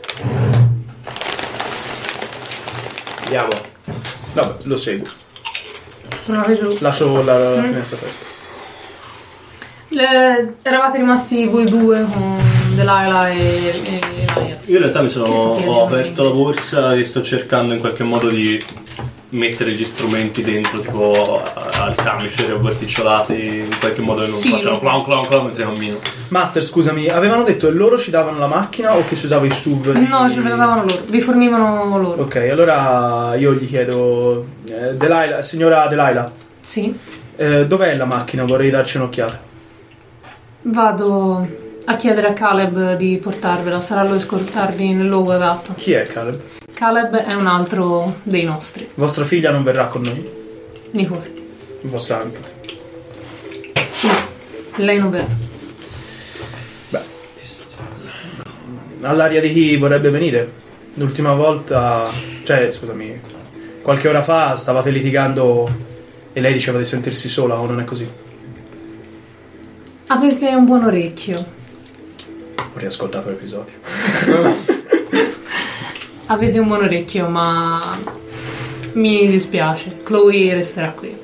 Andiamo. Vabbè, lo seguo. Sono una giù. Lascio la, la finestra aperta. Le- eravate rimasti voi due con Delilah e, e Elias. Io in realtà mi sono Che sta ho aperto chiedendo la borsa e sto cercando in qualche modo di mettere gli strumenti dentro, tipo al camice o verticciolati, in qualche modo che non Sì. facciano clon clon clon mentre cammino. Master, scusami, avevano detto che loro ci davano la macchina o che si usava il S U V? di- No, ce lo davano loro, vi fornivano loro. Ok, allora io gli chiedo, eh, Delilah, signora Delilah, Sì. eh, dov'è la macchina? Vorrei darci un'occhiata. Vado a chiedere a Caleb di portarvela, sarà lui a scortarvi nel luogo adatto. Chi è Caleb? Caleb è un altro dei nostri Vostra figlia non verrà con noi? nipoti. Vostra nipote. Lei non verrà. Beh, all'aria di chi vorrebbe venire? L'ultima volta, cioè, scusami, qualche ora fa stavate litigando e lei diceva di sentirsi sola, o non è così? Avete un buon orecchio. Ho riascoltato l'episodio. Avete un buon orecchio, ma mi dispiace. Chloe resterà qui.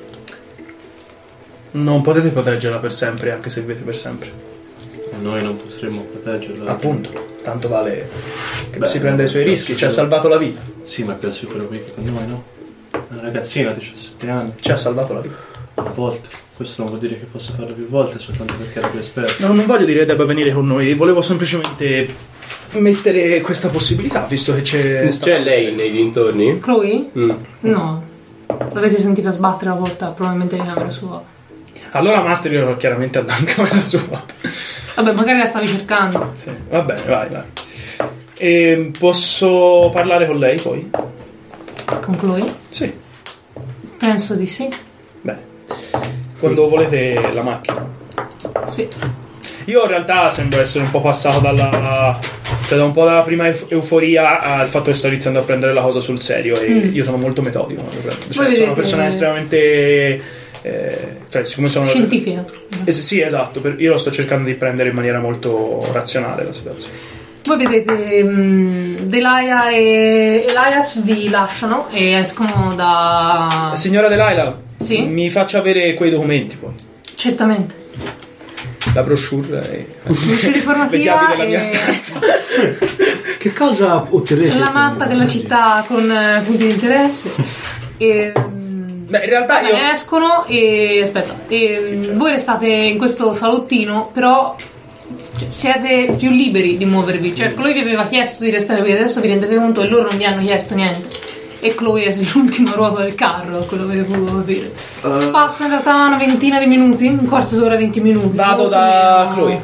Non potete proteggerla per sempre, anche se vivete per sempre. Noi non potremmo proteggerla. Appunto, tanto vale che Beh, si prenda i suoi no, rischi. no, Ci ha no. salvato la vita. Sì, ma penso quello qui che con noi, no? Una ragazzina, diciassette anni, Ci ha salvato la vita. una volta. Questo non vuol dire che possa farlo più volte, soltanto perché era più esperto. No, non voglio dire che debba venire con noi, volevo semplicemente mettere questa possibilità, visto che c'è C'è lei nei dintorni? Chloe? Mm. No. L'avete sentita sbattere la porta, probabilmente in camera sua. Allora Master io ero chiaramente andato in camera sua. Vabbè, magari la stavi cercando. Sì. Va bene, vai, vai. E posso parlare con lei poi? Con Chloe? Sì. Penso di sì. Bene. Quando volete la macchina. Sì. Io in realtà sembro essere un po' passato dalla, cioè da un po' dalla prima euf- euforia al fatto che sto iniziando a prendere la cosa sul serio e Mm. io sono molto metodico. Cioè, Voi sono una vedete- persona estremamente eh, cioè siccome sono Scientifica. Eh, sì, esatto, per- io lo sto cercando di prendere in maniera molto razionale la situazione. Voi vedete um, Delilah e Elias vi lasciano e escono da... Signora Delilah, Sì? mi faccia avere quei documenti poi. Certamente. La brochure e Luce le informativa chiavi della mia e stanza. Che cosa otterrete? la con- mappa della città con eh, punti di interesse. E, mm, Beh, in realtà io vabbè, escono e aspetta. E, mm, voi restate in questo salottino, però cioè, siete più liberi di muovervi. Cioè, Chloe vi aveva chiesto di restare qui, adesso vi rendete conto e loro non vi hanno chiesto niente. E Chloe è sull'ultima ruota del carro, quello che avete potuto capire. Uh. Passa in realtà una ventina di minuti, un quarto d'ora, venti minuti. vado molto da meno Chloe.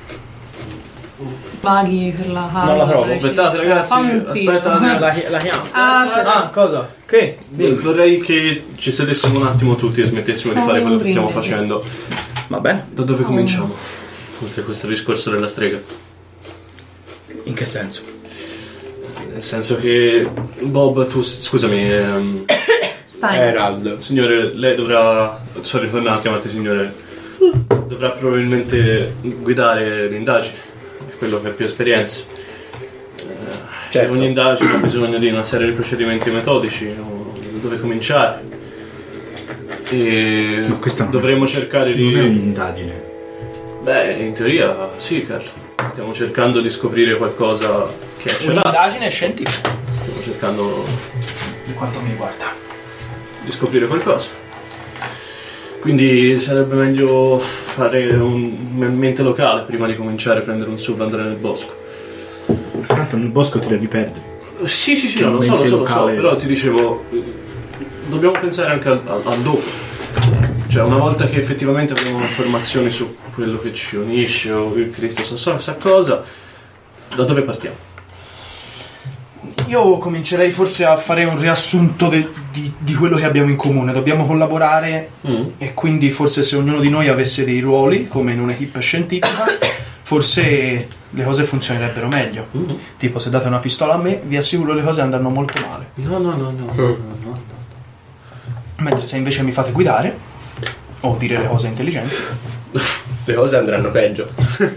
Vaghi per la Non la trovo. Aspettate, ragazzi, Fammi un tiro. aspettate. La, la chiamo. Ah, aspetta. Ah, cosa? Che? Vorrei che ci sedessimo un attimo tutti e smettessimo di Fai fare un quello che stiamo brindisi. facendo. Va bene. Da dove cominciamo? Oltre a questo discorso della strega. In che senso? Nel senso che Bob, tu scusami, ehm, Stai. Herald. signore, lei dovrà. Sorry, torna a chiamarti signore. Dovrà probabilmente guidare l'indagine, è quello che ha più esperienza. Eh, Certo. Ogni indagine ha bisogno di una serie di procedimenti metodici, o da dove cominciare. E Ma questa non è- dovremmo cercare di. Non è un'indagine. Beh, in teoria sì, Carl. Stiamo cercando di scoprire qualcosa che è celato. Un'indagine scientifica. Stiamo cercando Per quanto mi riguarda. di scoprire qualcosa. Quindi sarebbe meglio fare un mente locale prima di cominciare a prendere un S U V e andare nel bosco. Tanto nel bosco ti devi perdere. Sì, sì, sì, Che no, lo un so, lo ente so, lo so, locale- però ti dicevo, eh, dobbiamo pensare anche al, al- al dopo. Cioè, una volta che effettivamente abbiamo informazioni su quello che ci unisce o il Cristo sa, sa, sa cosa, da dove partiamo? Io comincerei forse a fare un riassunto de- di, di quello che abbiamo in comune. Dobbiamo collaborare Mm. e quindi forse se ognuno di noi avesse dei ruoli, come in un'equipe scientifica, forse le cose funzionerebbero meglio. Mm. Tipo, se date una pistola a me, vi assicuro le cose andranno molto male. No, no, no, no, no, no. Mentre se invece mi fate guidare o dire le cose intelligenti. Le cose andranno peggio.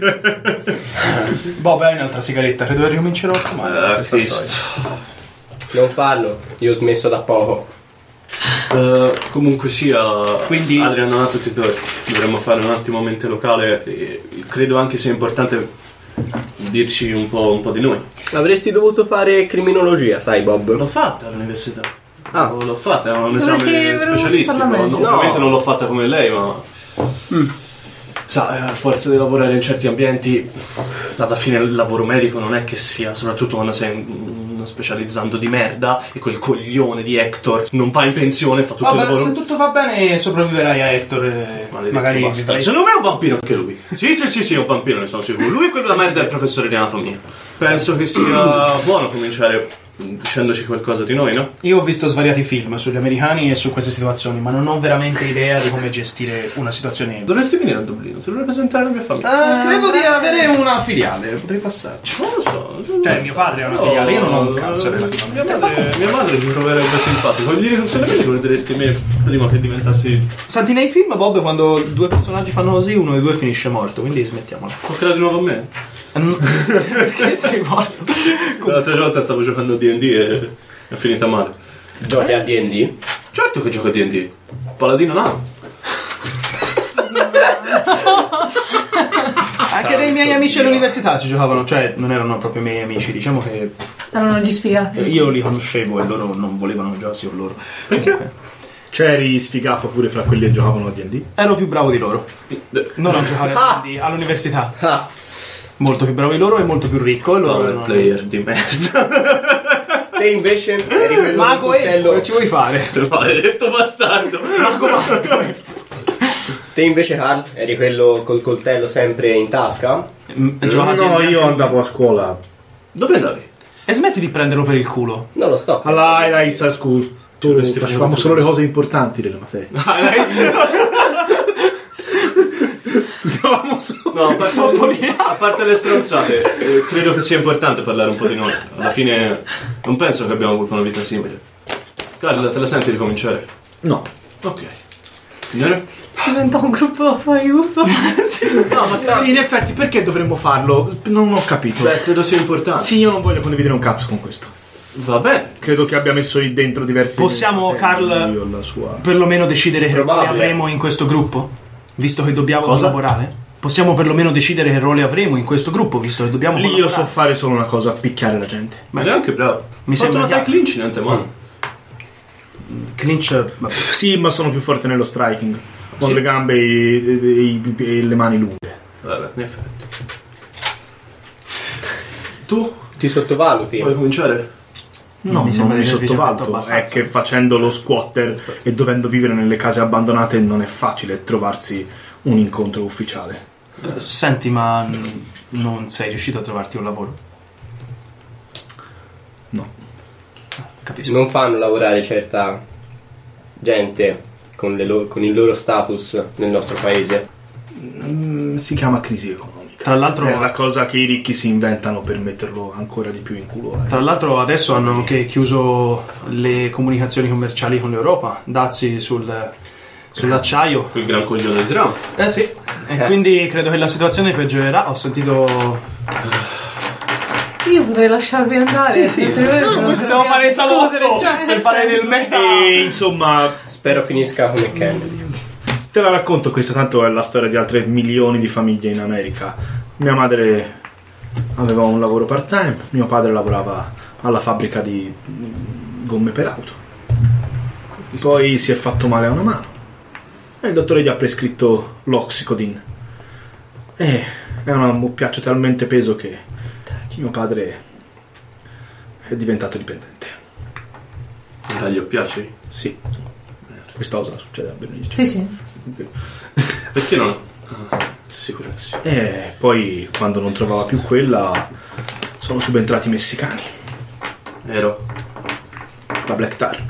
Boh, hai un'altra sigaretta, credo che ricomincerò a fumare Ah, questa Cristo. storia. Non farlo. Io ho smesso da poco. Eh, comunque sia, Quindi- Adrian non ha tutti i torti. Dovremmo fare un attimo mente locale e credo anche sia importante dirci un po', un po' di noi. Avresti dovuto fare criminologia, sai Bob? L'ho fatta all'università. Ah. L'ho fatta, era un Dove esame si- specialistico. parlare? No, No. Ovviamente non l'ho fatta come lei, ma. Mm. Sa, a forza di lavorare in certi ambienti, alla fine il lavoro medico non è che sia, soprattutto quando sei un- uno specializzando di merda e quel coglione di Hector non va in pensione e fa tutto il Vabbè, lavoro. se tutto va bene sopravviverai a Hector e Maledetto magari bastardo. vivrai- Secondo me è un vampiro anche lui. Sì, sì, sì, sì, è un vampiro, ne sono sicuro. Lui e quello da merda è il professore di anatomia. Penso che sia buono cominciare dicendoci qualcosa di noi, no? Io ho visto svariati film sugli americani e su queste situazioni, ma non ho veramente idea di come gestire una situazione. Dovresti venire a Dublino, se vuoi presentare la mia famiglia. Eh, credo di avere una filiale, potrei passarci. Non lo so. Cioè, mio padre ha una filiale, io non ho un cazzo relativamente. Mia madre, mia madre mi troverebbe simpatico. Gli risultamente guarderesti me prima che diventassi. Senti, nei film, Bob, quando due personaggi fanno così, uno dei due finisce morto, quindi smettiamola. Toccherà di nuovo a me. Perché sei morto? L'altra volta stavo giocando a D and D e è finita male. Giochi a D and D? Certo che gioco a D and D. Paladino no. Anche dei miei amici all'università ci giocavano, cioè non erano proprio miei amici, diciamo che Erano gli sfigati. io li conoscevo e loro non volevano giocarsi con loro. Perché? C'eri sfigato pure fra quelli che giocavano a D and D? Ero più bravo di loro. Non a giocare a D and D, all'università. Ah, Molto più bravo di loro e molto più ricco. E loro Power erano- player di merda. te invece eri quello Mago col e coltello. che ci vuoi fare? Te lo maledetto bastardo. Te invece, Carl, eri quello col coltello sempre in tasca? Giocava a D and D No, anche io lui. andavo a scuola Dove andavi? E smetti di prenderlo per il culo. Non lo sto. alla Highlights High School. Tu Dovresti facevamo fare solo le cose importanti delle materie. Studiavamo solo. No, a parte, a parte le stronzate, eh, credo che sia importante parlare un po' di noi. Alla fine non penso che abbiamo avuto una vita simile. Carla, te la senti di cominciare? No. Ok. Signore? Diventa un gruppo aiuto. No, ma Sì, in effetti, perché dovremmo farlo? Non ho capito. Beh, credo sia importante. Sì, io non voglio condividere un cazzo con questo. Va bene. Credo che abbia messo lì dentro diversi. Possiamo, eh, Carl, io la sua. perlomeno decidere che ruolo Probabile. avremo in questo gruppo? Visto che dobbiamo Cosa? collaborare? Possiamo perlomeno decidere che ruolo avremo in questo gruppo, visto che dobbiamo Lì io collaborare? so fare solo una cosa: picchiare la gente. Ma è anche bravo. Mi Ho fatto sembra una tech chiaro. clinch, niente male. Clinch, vabbè. Sì, ma sono più forte nello striking. Con Sì. le gambe e, e- e- e le mani lunghe. Vabbè, in effetti. Tu Ti sottovaluti. vuoi cominciare? No, mi sembra non mi di aver sottovaluto. ricevuto È abbastanza. che facendo lo squatter e dovendo vivere nelle case abbandonate non è facile trovarsi un incontro ufficiale. Eh, Senti, ma mm, non sei riuscito a trovarti un lavoro? No. Capisco. Non fanno lavorare certa gente con, le lo- con il loro status nel nostro paese. Mm, si chiama crisi economica. Tra l'altro- è la cosa che i ricchi si inventano per metterlo ancora di più in culo. eh. Tra l'altro adesso hanno anche chiuso le comunicazioni commerciali con l'Europa, dazi sul, sull'acciaio. Quel gran coglione di Trump. Eh sì. E quindi credo che la situazione peggiorerà. Ho sentito... Io potrei lasciarvi andare. Sì, sì. Mentre voi non Possiamo fare il discutere, salotto cioè, per fare del senso. meta. E insomma, Spero finisca come Kennedy. te la racconto questa, tanto è la storia di altre milioni di famiglie in America. Mia madre aveva un lavoro part time, mio padre lavorava alla fabbrica di mm, gomme per auto. Poi si è fatto male a una mano e il dottore gli ha prescritto l'oxycodin. E è una moppiaccia talmente peso che mio padre è diventato dipendente. Dagli oppiaci? Sì, questa cosa succede a Benicio. Sì, sì. Perché non? Ah, sicurezza. E poi, quando non trovava più quella, sono subentrati i messicani, Ero. la Black Tar.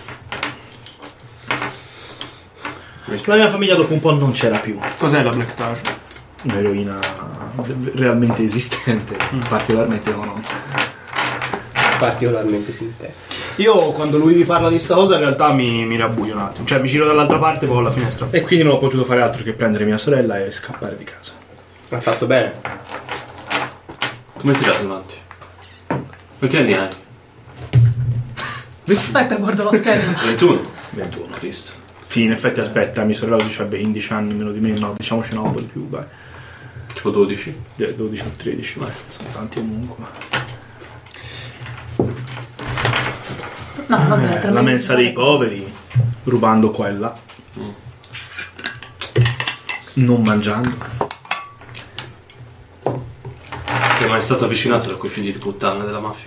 La mia famiglia dopo un po' non c'era più. Cos'è la Black Tar? Un'eroina realmente esistente, particolarmente economica. Particolarmente sintetico. Io quando lui mi parla di sta cosa in realtà mi, mi rabbuio un attimo. Cioè mi giro dall'altra parte e poi ho la finestra. E quindi non ho potuto fare altro che prendere mia sorella e scappare di casa. Ha fatto bene. Come ti date avanti? Quanti anni hai? Aspetta, guardo lo schermo. ventuno. ventuno. Cristo. Sì, in effetti aspetta, mia sorella oggi avrebbe quindici anni meno di me, no, diciamoci no, un po' di più, dai. Tipo dodici? Eh, dodici o tredici, ma sono tanti comunque. No, vabbè, Eh, la mensa dei poveri, rubando qua e là. Mm. Non mangiando. Sei mai stato avvicinato da quei figli di puttana della mafia?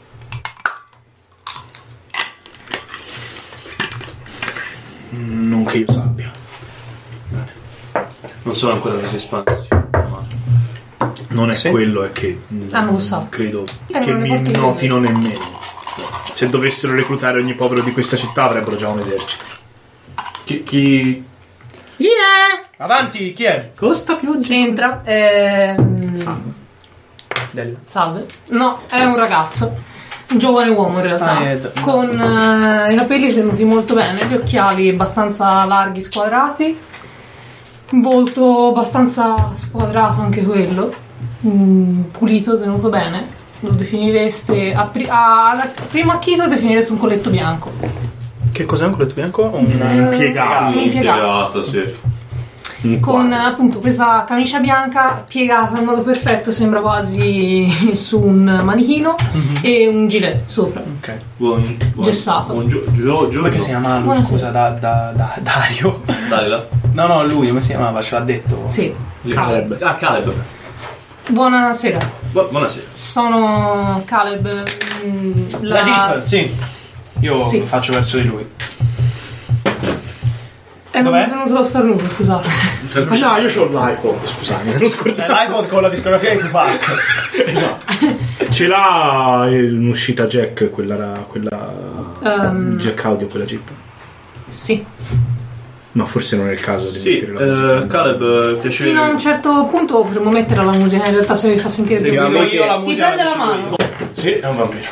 Non che io sappia. Bene. Non sono ancora resi espansi. Non è Sì. quello, è che Hanno non bussato. credo Tengono che le mi porte notino nemmeno. Se dovessero reclutare ogni povero di questa città avrebbero già un esercito. Chi... chi... Avanti, chi è? Costa pioggia. Entra. ehm, Del... Salve. No, è un ragazzo. Un giovane uomo in realtà. Ah, è d- con eh, i capelli tenuti molto bene, gli occhiali abbastanza larghi, squadrati. Un volto abbastanza squadrato anche quello. Mm, pulito, tenuto bene. Lo definireste a, pri- a, a primo acchito definireste un colletto bianco. Che cos'è un colletto bianco? Un Eh, impiegato. un impiegato. sì. Un Con quadro. appunto questa camicia bianca piegata in modo perfetto, sembra quasi su un manichino, e un gilet sopra. Ok. Buon, buon, Gessato. Buon gio- gio- giorno. Come che si chiama lui? Buonasera. Scusa, da, da, da Dario. Dai là. No, no, lui come si chiamava? Ce l'ha detto? Sì. Caleb. Ah, Caleb. Buonasera. Bu- buonasera. Sono Caleb. mm, La Jeep, sì. Io Sì. faccio verso di lui. Eh, non Dov'è? è venuto lo starnuto, scusate. Ah no, io c'ho l'iPod, scusami, me lo È scordavo. l'iPod con la discografia di Tupac. Esatto. Ce l'ha un'uscita jack, quella, ra- quella Um. jack audio, quella Jeep. Sì. Ma forse non è il caso di Sì, mettere la musica. eh, Caleb, piacere. Fino a un certo punto potremmo mettere la musica, in realtà se vi fa sentire più. Dico io la Ti musica prende la dicevo mano. Sì, è un vampiro.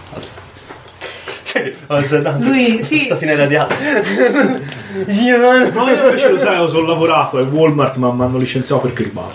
Ho zadato. Lui, sì. Statina radiata. No, io invece lo sai, ho lavorato a Walmart, ma mi hanno licenziato perché rubavo.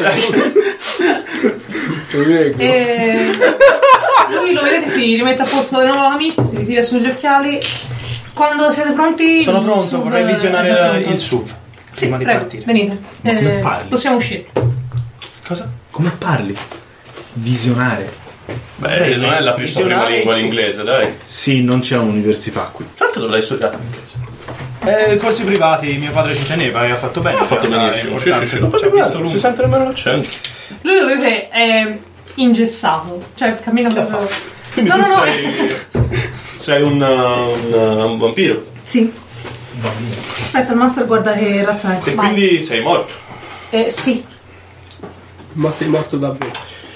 E lui lo vedete, si rimette a posto di nuovo la camicia, si ritira sugli occhiali. Quando siete pronti? Sono il pronto, SUV vorrei è già visionare pronto. il S U V. Sì, Prima di prego, partire. venite. Ma come Eh, parli? possiamo uscire. Cosa? Come parli? Visionare. Beh, non è la prima sua prima Visionare lingua il l'inglese, dai. Sì, non c'è un'università qui. Tra l'altro dove l'hai studiato l'inglese? Eh, corsi privati, mio padre ci teneva e ha fatto bene. Ha fatto in realtà, benissimo. è Sì, sì, importante. sì. Lo Ci ha faccio visto bene, lui. si sente nemmeno l'accento. Lui lo vedete è ingessato, cioè cammina proprio. Quindi No, tu no, no. sei. sei un, uh, un, uh, un vampiro. Sì. Aspetta, il master guarda che razza è. E Vai. quindi sei morto. Eh, sì. Ma sei morto davvero?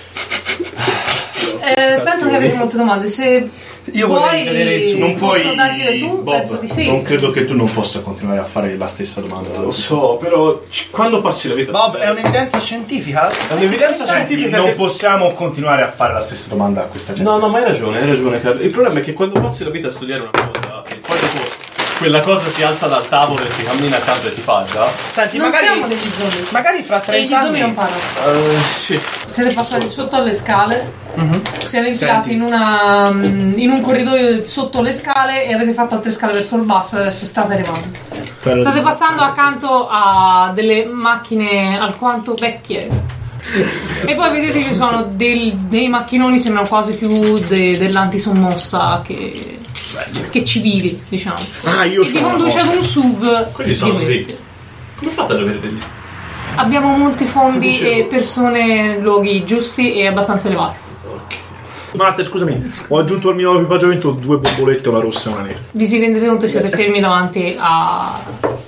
Eh, sento che avete molte domande. Se Io vuoi, vorrei vedere il suo- Non posso puoi, darti tu? Bob, Penso di sì. non credo che tu non possa continuare a fare la stessa domanda. Lo so, però c- quando passi la vita. Bob, è un'evidenza scientifica? È un'evidenza scientifica. Non che- possiamo continuare a fare la stessa domanda a questa gente. No, no, ma hai ragione, hai ragione, Carlo. Il problema è che quando passi la vita a studiare una cosa, e poi dopo quella cosa si alza dal tavolo e si cammina accanto e ti paglia. Senti, Non magari, siamo degli zombie. magari fra E gli trenta zombie non anni... parlano. Uh, sì. Siete passati sotto alle scale, siete entrati Senti. in, una, in un corridoio sotto le scale e avete fatto altre scale verso il basso e adesso state arrivando. Quello State di- passando accanto a delle macchine alquanto vecchie. E poi vedete che ci sono del- dei macchinoni, sembrano quasi più de- dell'antisommossa che, che civili, diciamo. Ah, io e vi c'ho una conduce ad cosa. un S U V Quelli di sono questi. ricchi. Come fate ad avere degli. Abbiamo molti fondi Dicevo. e persone, luoghi giusti e abbastanza elevati. Master, scusami, ho aggiunto al mio equipaggiamento due bombolette, una rossa e una nera. Vi si rendete conto e siete fermi davanti al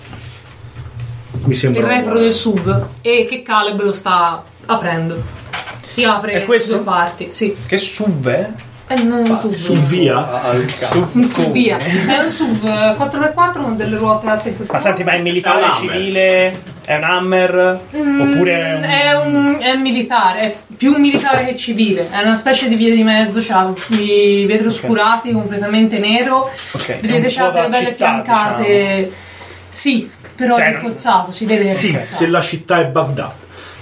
Mi sembra retro del S U V e che Caleb lo sta aprendo. Si apre È questo? due parti, sì. Che S U V è? È un S U V. su via. Un S U V. È un S U V quattro per quattro con delle ruote alte in questo Ma senti, ma è militare, È un Hammer. civile? È un Hammer? Oppure è un... È un è militare, è più militare che civile, è una specie di via di mezzo, c'ha i vetri oscurati, completamente nero, Ok, è un vedete po' c'ha delle da belle città, fiancate, sì, però Cioè, è non- rinforzato, si vede Sì, rinforzato. se la città è Baghdad.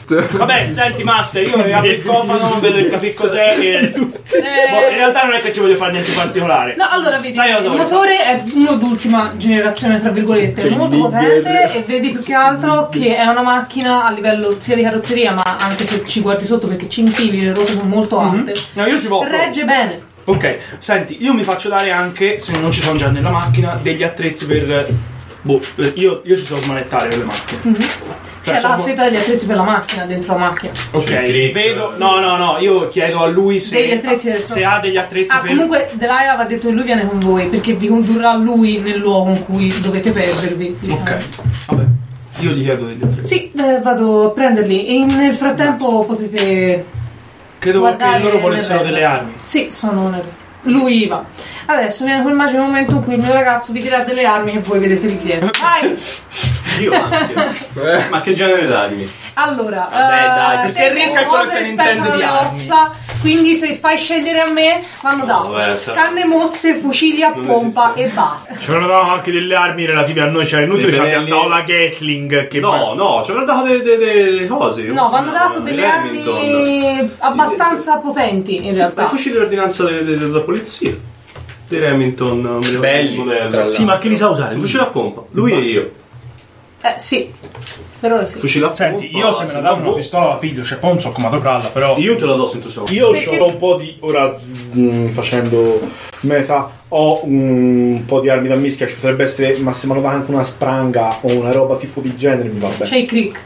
Vabbè, senti Master, io apro il cofano, vedo il capire cos'è e... Eh, boh, in realtà non è che ci voglio fare niente di particolare. No, allora vedi, Sai, il motore è uno d'ultima generazione, tra virgolette, è molto potente e vedi più che altro che è una macchina a livello sia di carrozzeria, ma anche se ci guardi sotto perché ci infili, le ruote sono molto alte. Mm-hmm. No, io ci voglio. Regge bene. Ok, senti, io mi faccio dare anche, se non ci sono già nella macchina, degli attrezzi per... Boh, io, io ci so smanettare per le macchine. Mm-hmm. Cioè, C'è sono- la seta degli attrezzi per la macchina, dentro la macchina. Ok, grip, vedo... sì. No, no, no, io chiedo a lui se, Degli attrezzi per- se ha degli attrezzi Ah, per... comunque Delilah aveva detto che lui viene con voi perché vi condurrà lui nel luogo in cui dovete perdervi. Diciamo. Ok, vabbè, io gli chiedo degli attrezzi. Sì, eh, vado a prenderli e nel frattempo potete Credo che guardare loro nel volessero retro. delle armi. Sì, sono nel... Lui va. Adesso viene quel magico momento in cui il mio ragazzo vi dirà delle armi che voi vedete lì dietro. Vai! Io ansia. Ma che genere d'armi? Allora, Vabbè, eh, dai, perché te Rick è quello cose che se ne spezzano intende di le armi. ossa, quindi se fai scegliere a me vanno dato Vabbè, sarà- canne mozze, fucili a Non pompa esiste. e basta. Ci avevano dato anche delle armi relative a noi, cioè inutile Dei ci abbiamo pennelli- dato la Gatling che No, no, ci avranno dato delle, delle, delle cose. No, vanno dato delle armi abbastanza potenti in I realtà. fucili di ordinanza de- de- della polizia. Di Remington, non mi ricordo Belli, il modello. tra Sì, ma chi li sa usare? Il fucile a pompa, lui e io. Eh sì, per ora sì. Fucile a Senti, pompa. io se me la danno una pistola la piglio, cioè poi non so come adoprarla, però. Io te la do sento solo. Io Perché- ho un po' di. Ora mm, facendo meta, ho un po' di armi da mischia, ci potrebbe essere, ma se me lo dà anche una spranga o una roba tipo di genere mi va bene. C'è il crick.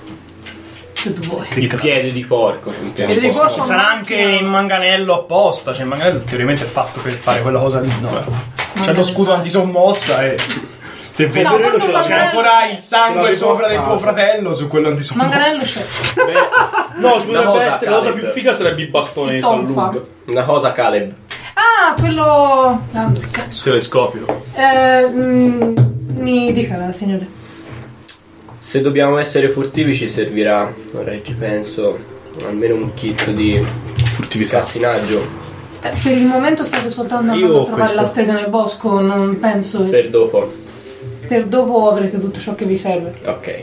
Se tu vuoi. Il piede di porco. ci mettiamo Piede un di po'. porco. Ci sarà anche in manganello apposta, cioè il manganello teoricamente è fatto per fare quella cosa lì, no? C'è lo scudo antisommossa e... Te vedi, No, forse un c'è manganello ancora il Ce sangue l'avevo sopra a del tuo casa. fratello su quello antisommossa. Manganello c'è. Beh, No, ci Una potrebbe cosa, essere la cosa Caleb. più figa sarebbe il bastone Il di tonfa. Sallung. una cosa, Caleb. Ah, quello... Telescopio. Eh, mm, mi dica, signore. Se dobbiamo essere furtivi ci servirà, ora che ci penso, almeno un kit di scassinaggio Eh, per il momento state soltanto andando Io a trovare questo. la strega nel bosco, non penso che per dopo. per dopo avrete tutto ciò che vi serve. Ok.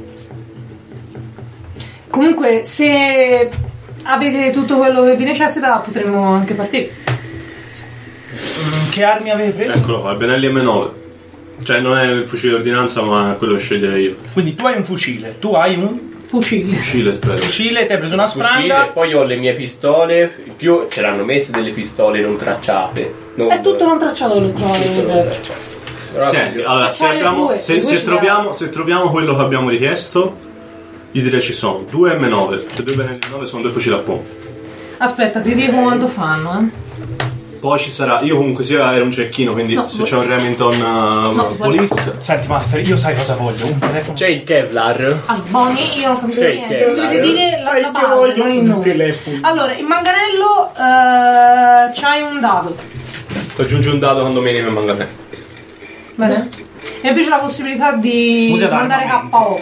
Comunque, se avete tutto quello che vi necessita, potremo anche partire. Mm, Che armi avevi preso? Eccolo qua, il Benelli M nove. Cioè non è il fucile di ordinanza, ma è quello che sceglierei io. Quindi tu hai un fucile, tu hai un Fucili. Fucile, spero. fucile, ti hai preso una Fucile, spranga. poi ho le mie pistole, in più ce l'hanno messe delle pistole non tracciate. Non- È tutto non tracciato lo trovate tutto nel non retro. tracciato. Però Senti, voglio- allora, Cioè, se, quali abbiamo, due? se, Due se ce troviamo, se troviamo quello che abbiamo richiesto, gli direi ci sono due M nove, cioè due Benelli M nove sono due fucili a pompa. Aspetta, ti dico quanto fanno, eh. Poi ci sarà, io comunque sia era un cecchino, quindi No, se vo- c'è un Remington uh, No, Police. Senti Master, io sai cosa voglio? Un telefono. C'è il Kevlar. Ah, Boni, io non capisco Cioè, niente. che- Mi dovete dire la, Sai la che base, voglio non il un nome. telefono. Allora, in manganello eh, c'hai un dado. Ti aggiungi un dado quando minimo e manga te. Bene? E invece la possibilità di Usa mandare K d'armamento. O.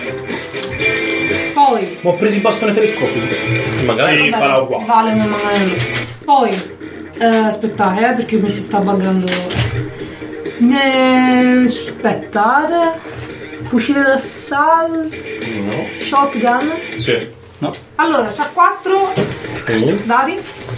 Poi Ma ho preso il bastone telescopico. Magari Sì, vabbè, farà uguale. vale come manganello. Poi eh, aspettate, eh, perché mi si sta buggando. Ne... Aspettate. Fucile d'assalto. No. Shotgun. Sì. Allora, c'ha quattro dadi.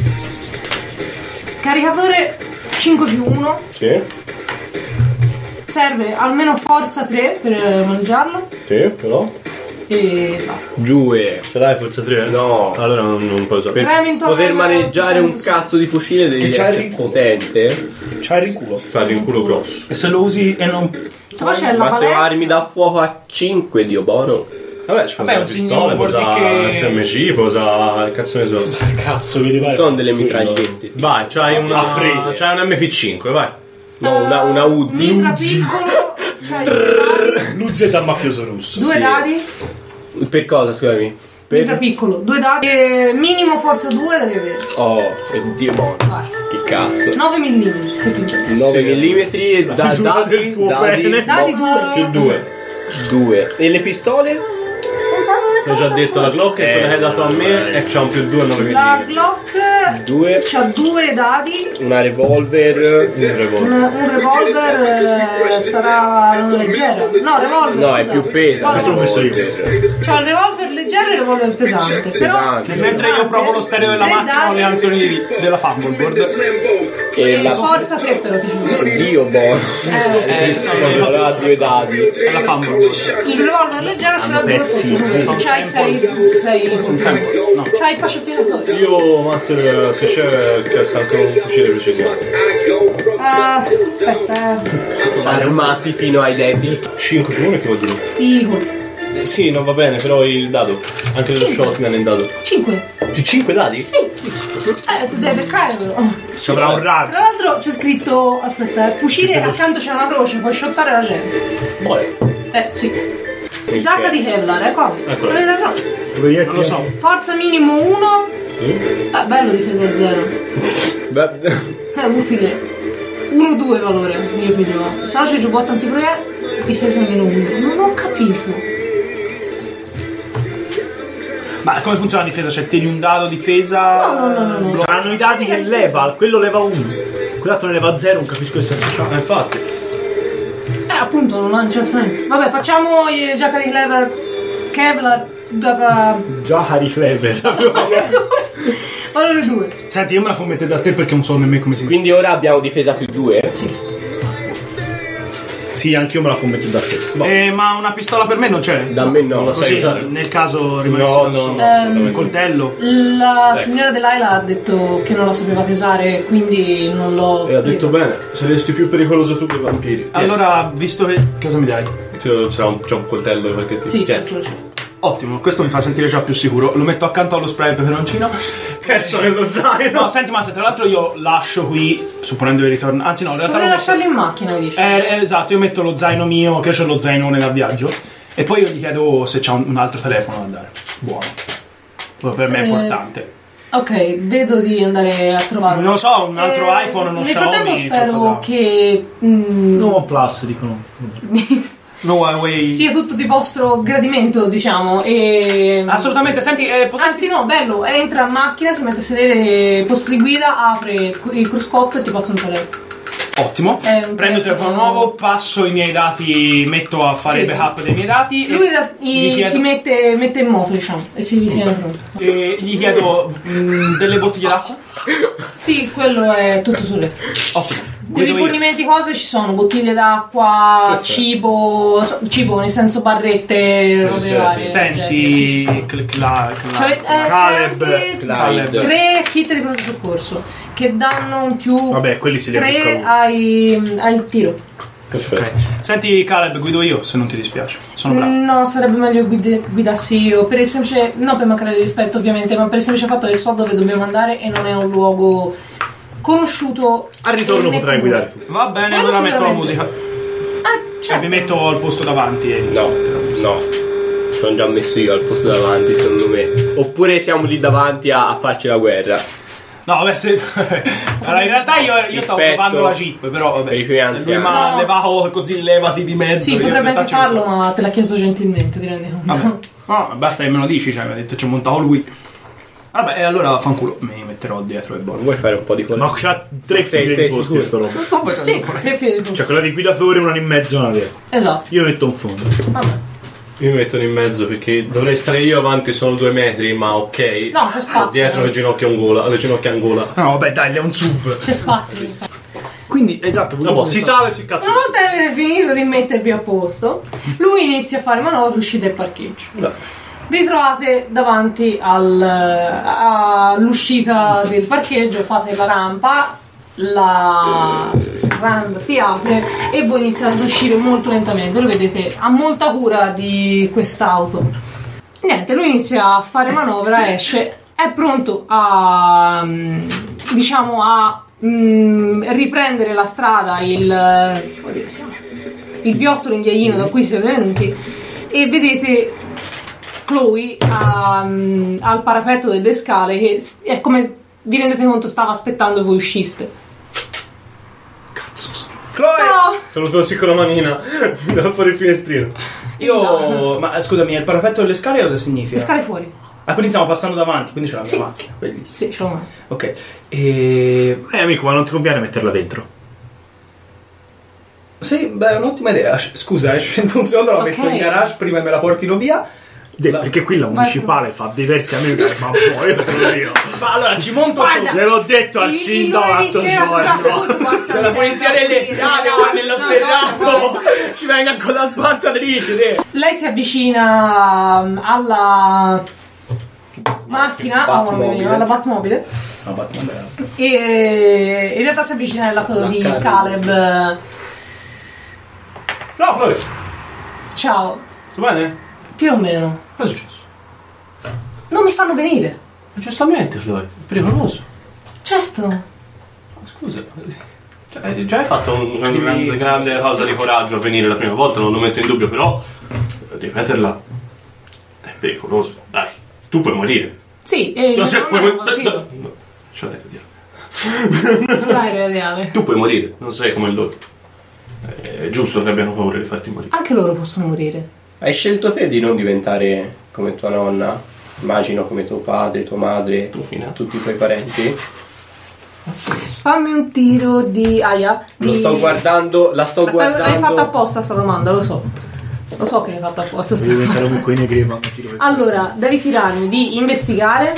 Caricatore cinque più uno. Sì, Serve almeno forza tre per eh, mangiarlo. sì, però. E basta. Giue. Ce l'hai forza tre? No. Allora non, non puoi usare. Per Remington poter M maneggiare un ottocento. cazzo di fucile devi Che c'ha il essere rinculo. potente. C'hai il culo. Fare il culo grosso. E se lo usi e non... Se poi c'è la Ma se ho palestra. armi da fuoco a cinque, Dio buono. Vabbè, ci può Vabbè, usare un pistola, può signor usare che- S M G, può usare... che cazzo ne so. Cazzo, mi ripare. Sono delle mitragliette. Vai, c'hai una... A freddo. c'hai un M P cinque, vai. No, una, una Uzi. Mitra piccolo. C'hai due dadi. L'Uzi è da mafioso russo. Due Sì. dadi. Per cosa, scusami? Mitra Per... piccolo. Due dadi. E minimo forza due devi avere. Oh, e Dio buono. Vai. Che cazzo. nove millimetri. se ti interessa. nove millimetri e da misura del dadi, tuo dadi, pene. Dadi no, due. Più due. due. E le pistole? Non so dove L'ho già detto, la Glock è quella che hai dato a me e c'ha un più due a nove La millimetri. Glock Due. c'ha due dadi. Una revolver. Un Un, revolver. un revolver eh, sarà non leggero. No, revolver. No, è scusa. più pesa. No, Questo l'ho messo io. c'ha il revolver leggero e il revolver pesante. Però Pesante. Mentre io provo lo stereo della Tre macchina ho le dadi. anzioni di- della Fumbleboard. E la. Forza tre però ti giuro. Dio buono. Eh, Eh, sono Allora due dadi. È la Fumbleboard. il revolver leggero ce l'ha due pezzi. fortune. Sono C'hai sei sei Sono sample. No. C'hai il pacificatore. Io, Master, se c'è che sta anche un fucile precisione. Ah, aspetta, eh. Armati fino ai denti. cinque più uno che vuol dire? Eagle. Eh, sì, non va bene, però il dado. Anche lo shotgun è il dado. cinque. Più cinque dadi? Sì. Eh, tu devi beccare però. Ci avrà un Tra raggio. l'altro c'è scritto, aspetta, il fucile accanto c'è una croce, puoi shottare la gente. Muore. Eh, sì. Giacca di Kevlar, eccola. Eccola. Avevi ragione. Proiettili. Non lo so. Forza minimo uno. Eh, bello difesa zero. Beh, Eh, utile. uno due valore, io piglio. Se no c'è giubbotto antiproiettile, difesa meno uno. Non ho capito. Ma come funziona la difesa? Cioè tieni un dado difesa? No, no, no, no, no. Saranno i dadi che leva, quello leva uno. Quell'altro ne leva zero, non capisco il senso. Eh, infatti. Eh, appunto, non c'è senso. Vabbè, facciamo il giacca di Kevlar. Kevlar. Da... Già Harry Clever. Valore due. Senti, io me la fumetto da te perché non so nemmeno come si dice. quindi ora abbiamo difesa più due. Sì. Sì, anch'io me la fumetto da te. Eh, ma una pistola per me non c'è? Da me no. la sai Così, usare? nel caso rimane No, solo no, no, Ehm, assolutamente. un coltello. La signora dell'Aila ha detto che non la sapevate usare, quindi non l'ho. E ha detto presa. bene, saresti più pericoloso tu che i vampiri. Tieni. Allora, visto che... cosa mi dai? C'è c'è un, c'è un coltello di qualche tipo. Sì, sì, Tieni. quello c'è. Ottimo, questo mi fa sentire già più sicuro. Lo metto accanto allo spray peperoncino. Perso nello zaino. No, senti, ma se tra l'altro io lascio qui, supponendo che ritorno... Anzi no, in realtà Potete lo metto... lasciarli in macchina, mi dice. Eh, eh, esatto, io metto lo zaino mio, che c'ho lo zainone da viaggio, e poi io gli chiedo se c'ha un, un altro telefono da andare. Buono. Quello per me è Eh, importante. Ok, vedo di andare a trovarlo. Non lo so, un altro Eh, iPhone, uno nel Xiaomi, frattempo spero qualcosa. che mm, No OnePlus, dicono. No Huawei. sia tutto di vostro gradimento, diciamo. E Assolutamente, senti, eh, potresti... Anzi no, bello, entra in macchina, si mette a sedere posto di guida, apre il cruscotto e ti passa un telefono. Ottimo. È un Prendo il telefono telefono- nuovo, passo i miei dati, metto a fare Sì. il backup dei miei dati. Lui e ra- gli i- chiedo, si mette, mette in moto, diciamo, e si tiene pronto. e gli chiedo mm, delle bottiglie d'acqua. Sì, quello è tutto sul letto. Ottimo. Dei Guido io. rifornimenti, cose ci sono, bottiglie d'acqua, cibo, so- cibo nel senso barrette, robe varie. Senti, genere, sì, cl- cla- cla- C'è, eh, c'è Caleb, anche Clyde. tre kit di pronto soccorso che danno in più Vabbè, quelli si li tre avviccano. ai, ai tiro. Perfetto. Ok. Senti Caleb, guido io se non ti dispiace. Sono bravo. No, sarebbe meglio guide- guidassi io, per il semplice, non per mancare di rispetto ovviamente, ma per il semplice fatto che so dove dobbiamo andare e non è un luogo conosciuto. Al ritorno e potrai neppure. guidare tu. Va bene, Quello allora metto la sicuramente. musica. Ah, Cioè certo. vi metto al posto davanti e... No, no. Sono già messo io al posto davanti, secondo me. Oppure siamo lì davanti a, a farci la guerra. No, vabbè, se... allora, in realtà io, io stavo Rispetto provando la jeep, però vabbè. per i tuoi Se lui anziani. mi ha No. levato così, levati di mezzo. Sì, io in potrebbe realtà anche ce ne farlo, so. ma te l'ha chiesto gentilmente, ti rendi conto? Vabbè. No, basta che me lo dici, cioè mi ha detto c'è montato lui. Vabbè, e allora fanculo, mi metterò dietro e boh. Vuoi fare un po' di Ma colore? c'ha tre Sei- file sei di posti sicuro? sto roba. Sto facendo Sì, tre fili di punti. Cioè quella di guidatore, una in mezzo e una dietro. Esatto. Io metto un fondo. Vabbè. Io mi mettono in mezzo perché dovrei stare io avanti, sono due metri, ma ok. No, c'è spazio. Dietro le ginocchia angola, le ginocchia angola. No, vabbè, dai, è un S U V. C'è spazio, c'è spazio. Quindi, esatto, volevo Vabbè, si sale sul cazzo. Una volta che avete finito di mettervi a posto, lui inizia a fare manovre, uscite dal parcheggio. Vi trovate davanti al- all'uscita del parcheggio, fate la rampa, la rampa si apre e voi iniziate ad uscire molto lentamente. Lo vedete, ha molta cura di quest'auto. Niente, lui inizia a fare manovra, esce, è pronto a, mm, diciamo, a mm, riprendere la strada, il, oddio, si chiama? il viottolo indiaino da cui siete venuti, e vedete Chloe a- al parapetto delle scale che s- è come vi rendete conto stava aspettando che voi usciste. Cazzo sono. Ciao! Saluto così con la manina da fuori il finestrino. Io. Ma scusami, il parapetto delle scale cosa significa? Le scale fuori. Ah, quindi stiamo passando davanti, quindi c'è la mia Sì. macchina. Bellissimo. Sì, ce l'ho. Ok. E. Eh amico, ma non ti conviene metterla dentro? Sì, beh, è un'ottima idea. Scusa, eh, scendo un secondo, la Ok. metto in garage prima e me la portino via. Sì, perché qui la municipale fa diversi anni che ma poi io te lo dico. Ma allora ci monto Guarda, su. Gliel'ho detto al Il- il sindaco lunedì l'altro sera giorno. C'è la polizia delle strade, qua nello sferrato. Ci venga con la spazzatrice. te. Lei si avvicina um, alla macchina, oh, mamma mia, alla Batmobile. No, Batman, E in realtà si avvicina al lato di Caleb. Ciao Flori, Ciao, tutto bene? più o meno. Cosa è successo? Non mi fanno venire. Giustamente Flori, è pericoloso. Certo. Scusa, cioè, già hai fatto un- una grande, grande cosa di coraggio a venire la prima volta, non lo metto in dubbio, però ripeterla è pericoloso. Dai, tu puoi morire. Sì, e Cioè, mia se nonna puoi è un mor- vampiro. no, no, ce l'hai da dire. Sull'aereo ideale. Tu puoi morire, non sei come loro. È giusto che abbiano paura di farti morire. Anche loro possono morire. Hai scelto te di non diventare come tua nonna, immagino come tuo padre, tua madre, Fine. tutti i tuoi parenti. Fammi un tiro di aia. Lo Di... sto guardando, la sto La stai- L'hai guardando. fatta apposta sta domanda, lo so. Lo so che l'hai fatta apposta sta Devi domanda. diventare come quei negri che vanno a giro per- Allora, devi tirarmi di investigare.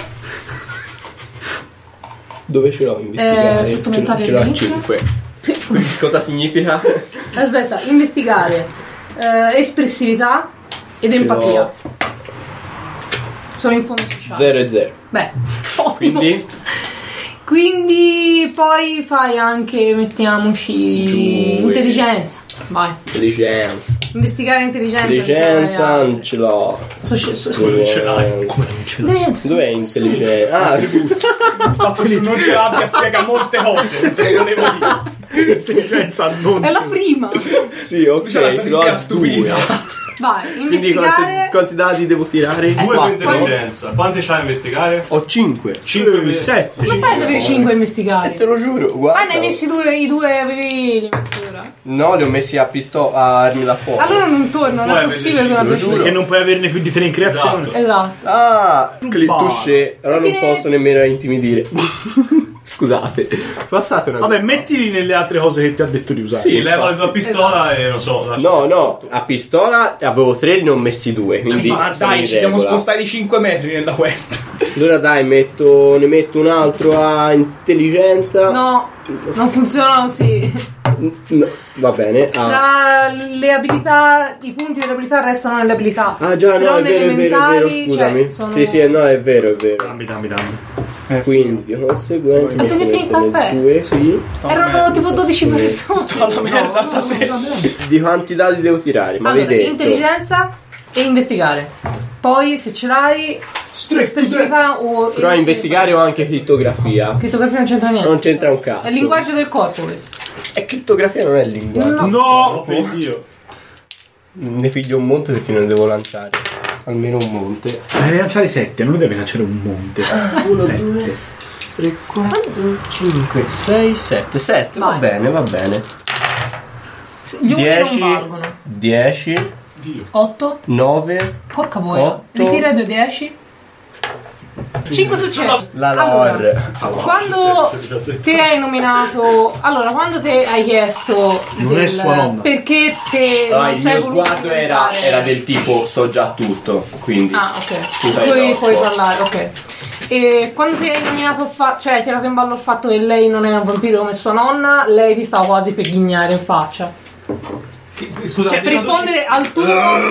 Dove ce l'ho investigare? Eh, sotto Ce l'ho- mentale ce l'ho a all'inizio. cinque. Cosa significa? Aspetta, investigare, eh, espressività ed Ce empatia. l'ho Sono in fondo sociale. zero e zero. Beh, ottimo. Quindi Quindi poi fai anche, mettiamoci, Giù, intelligenza. Vai. intelligenza. Investigare intelligenza. Intelligenza insieme non ce l'ho. a- soci- so- Come non ce l'hai? Intelligenza. Dov'è intelligenza? Ah, Il fatto che tu non ce l'abbia spiega molte cose. Non te lo volevo dire. Intelligenza non È la c'è. prima. sì, ok. C'è la l'ho statistica a stupida. due. Vai, Quindi investigare. quanti, quanti dati devo tirare? Due per Quattro. intelligenza. Quanti c'hai a investigare? Ho cinque. cinque sette. Come fai ad avere cinque a investigare? Te lo giuro, guarda. Ah, ne hai messi due, i due avevi li messi ora? No, li ho messi a pistola, a armi da fuoco. Allora non torno, non Poi è possibile che avete non abbia giuro. Perché cinque. non puoi averne più di tre in creazione. Esatto. Esatto. Ah, cli- touché. Allora non Perché- posso nemmeno intimidire. Scusate. Passate una Vabbè, mettili nelle altre cose che ti ha detto di usare. Sì, leva la tua pistola e non so. lascia- No, no, a pistola avevo tre, ne ho messi due. Quindi Ma sono dai, in ci siamo regola. spostati di cinque metri nella quest. Allora dai, metto, ne metto un altro a intelligenza. No, non funziona così. No, va bene. Ah, Tra le abilità, i punti delle abilità restano nelle abilità. ah già, no, Però è vero, è vero, è vero, elementari, scusami. cioè, sono- Sì, sì, no, è vero, è vero. Dammi, dammi, dammi. Quindi, di conseguenza. Avete metto finito il le caffè? Due, sì. Erano tipo dodici persone. Sto alla merda stasera. Di quanti dati devo tirare? Ma Allora, vedete? intelligenza e investigare. Poi se ce l'hai, espressività o... Però investigare o anche crittografia. Crittografia non c'entra niente. Non c'entra un cazzo. È il linguaggio del corpo questo. E crittografia non è il linguaggio. No. No! Io. Ne piglio un monte perché non devo lanciare. Almeno un monte. Devi lanciare sette, non devi lanciare un monte. uno, due, tre, quattro, cinque, sei, sette. sette, va Vai. bene, va bene. Gli uni dieci, non valgono. dieci, otto. nove, Porca boia. Otto. Ritira due dieci. cinque successi. la Allora, lore. quando ti hai nominato, allora quando te hai chiesto Non è sua nonna. perché te Ah, non il sei mio voluto sguardo era, diventare- era del tipo so già tutto, quindi Ah, ok. Scusa, Puoi, no, puoi no. parlare, ok. E quando ti hai nominato, il fa- cioè hai tirato in ballo il fatto che lei non è un vampiro come sua nonna, lei ti stava quasi per ghignare in faccia. Scusa, Cioè, per di rispondere al tuo.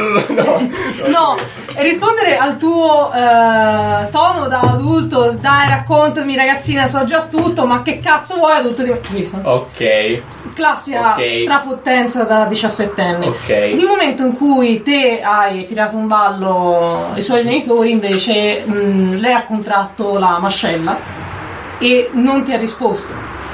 No, e rispondere al tuo eh, tono da adulto, dai, raccontami ragazzina, so già tutto, ma che cazzo vuoi adulto di me? ok. Classica Ok. strafottenza da diciassettenne. Ok. Nel momento in cui te hai tirato in ballo i suoi genitori, invece mh, lei ha contratto la mascella e non ti ha risposto.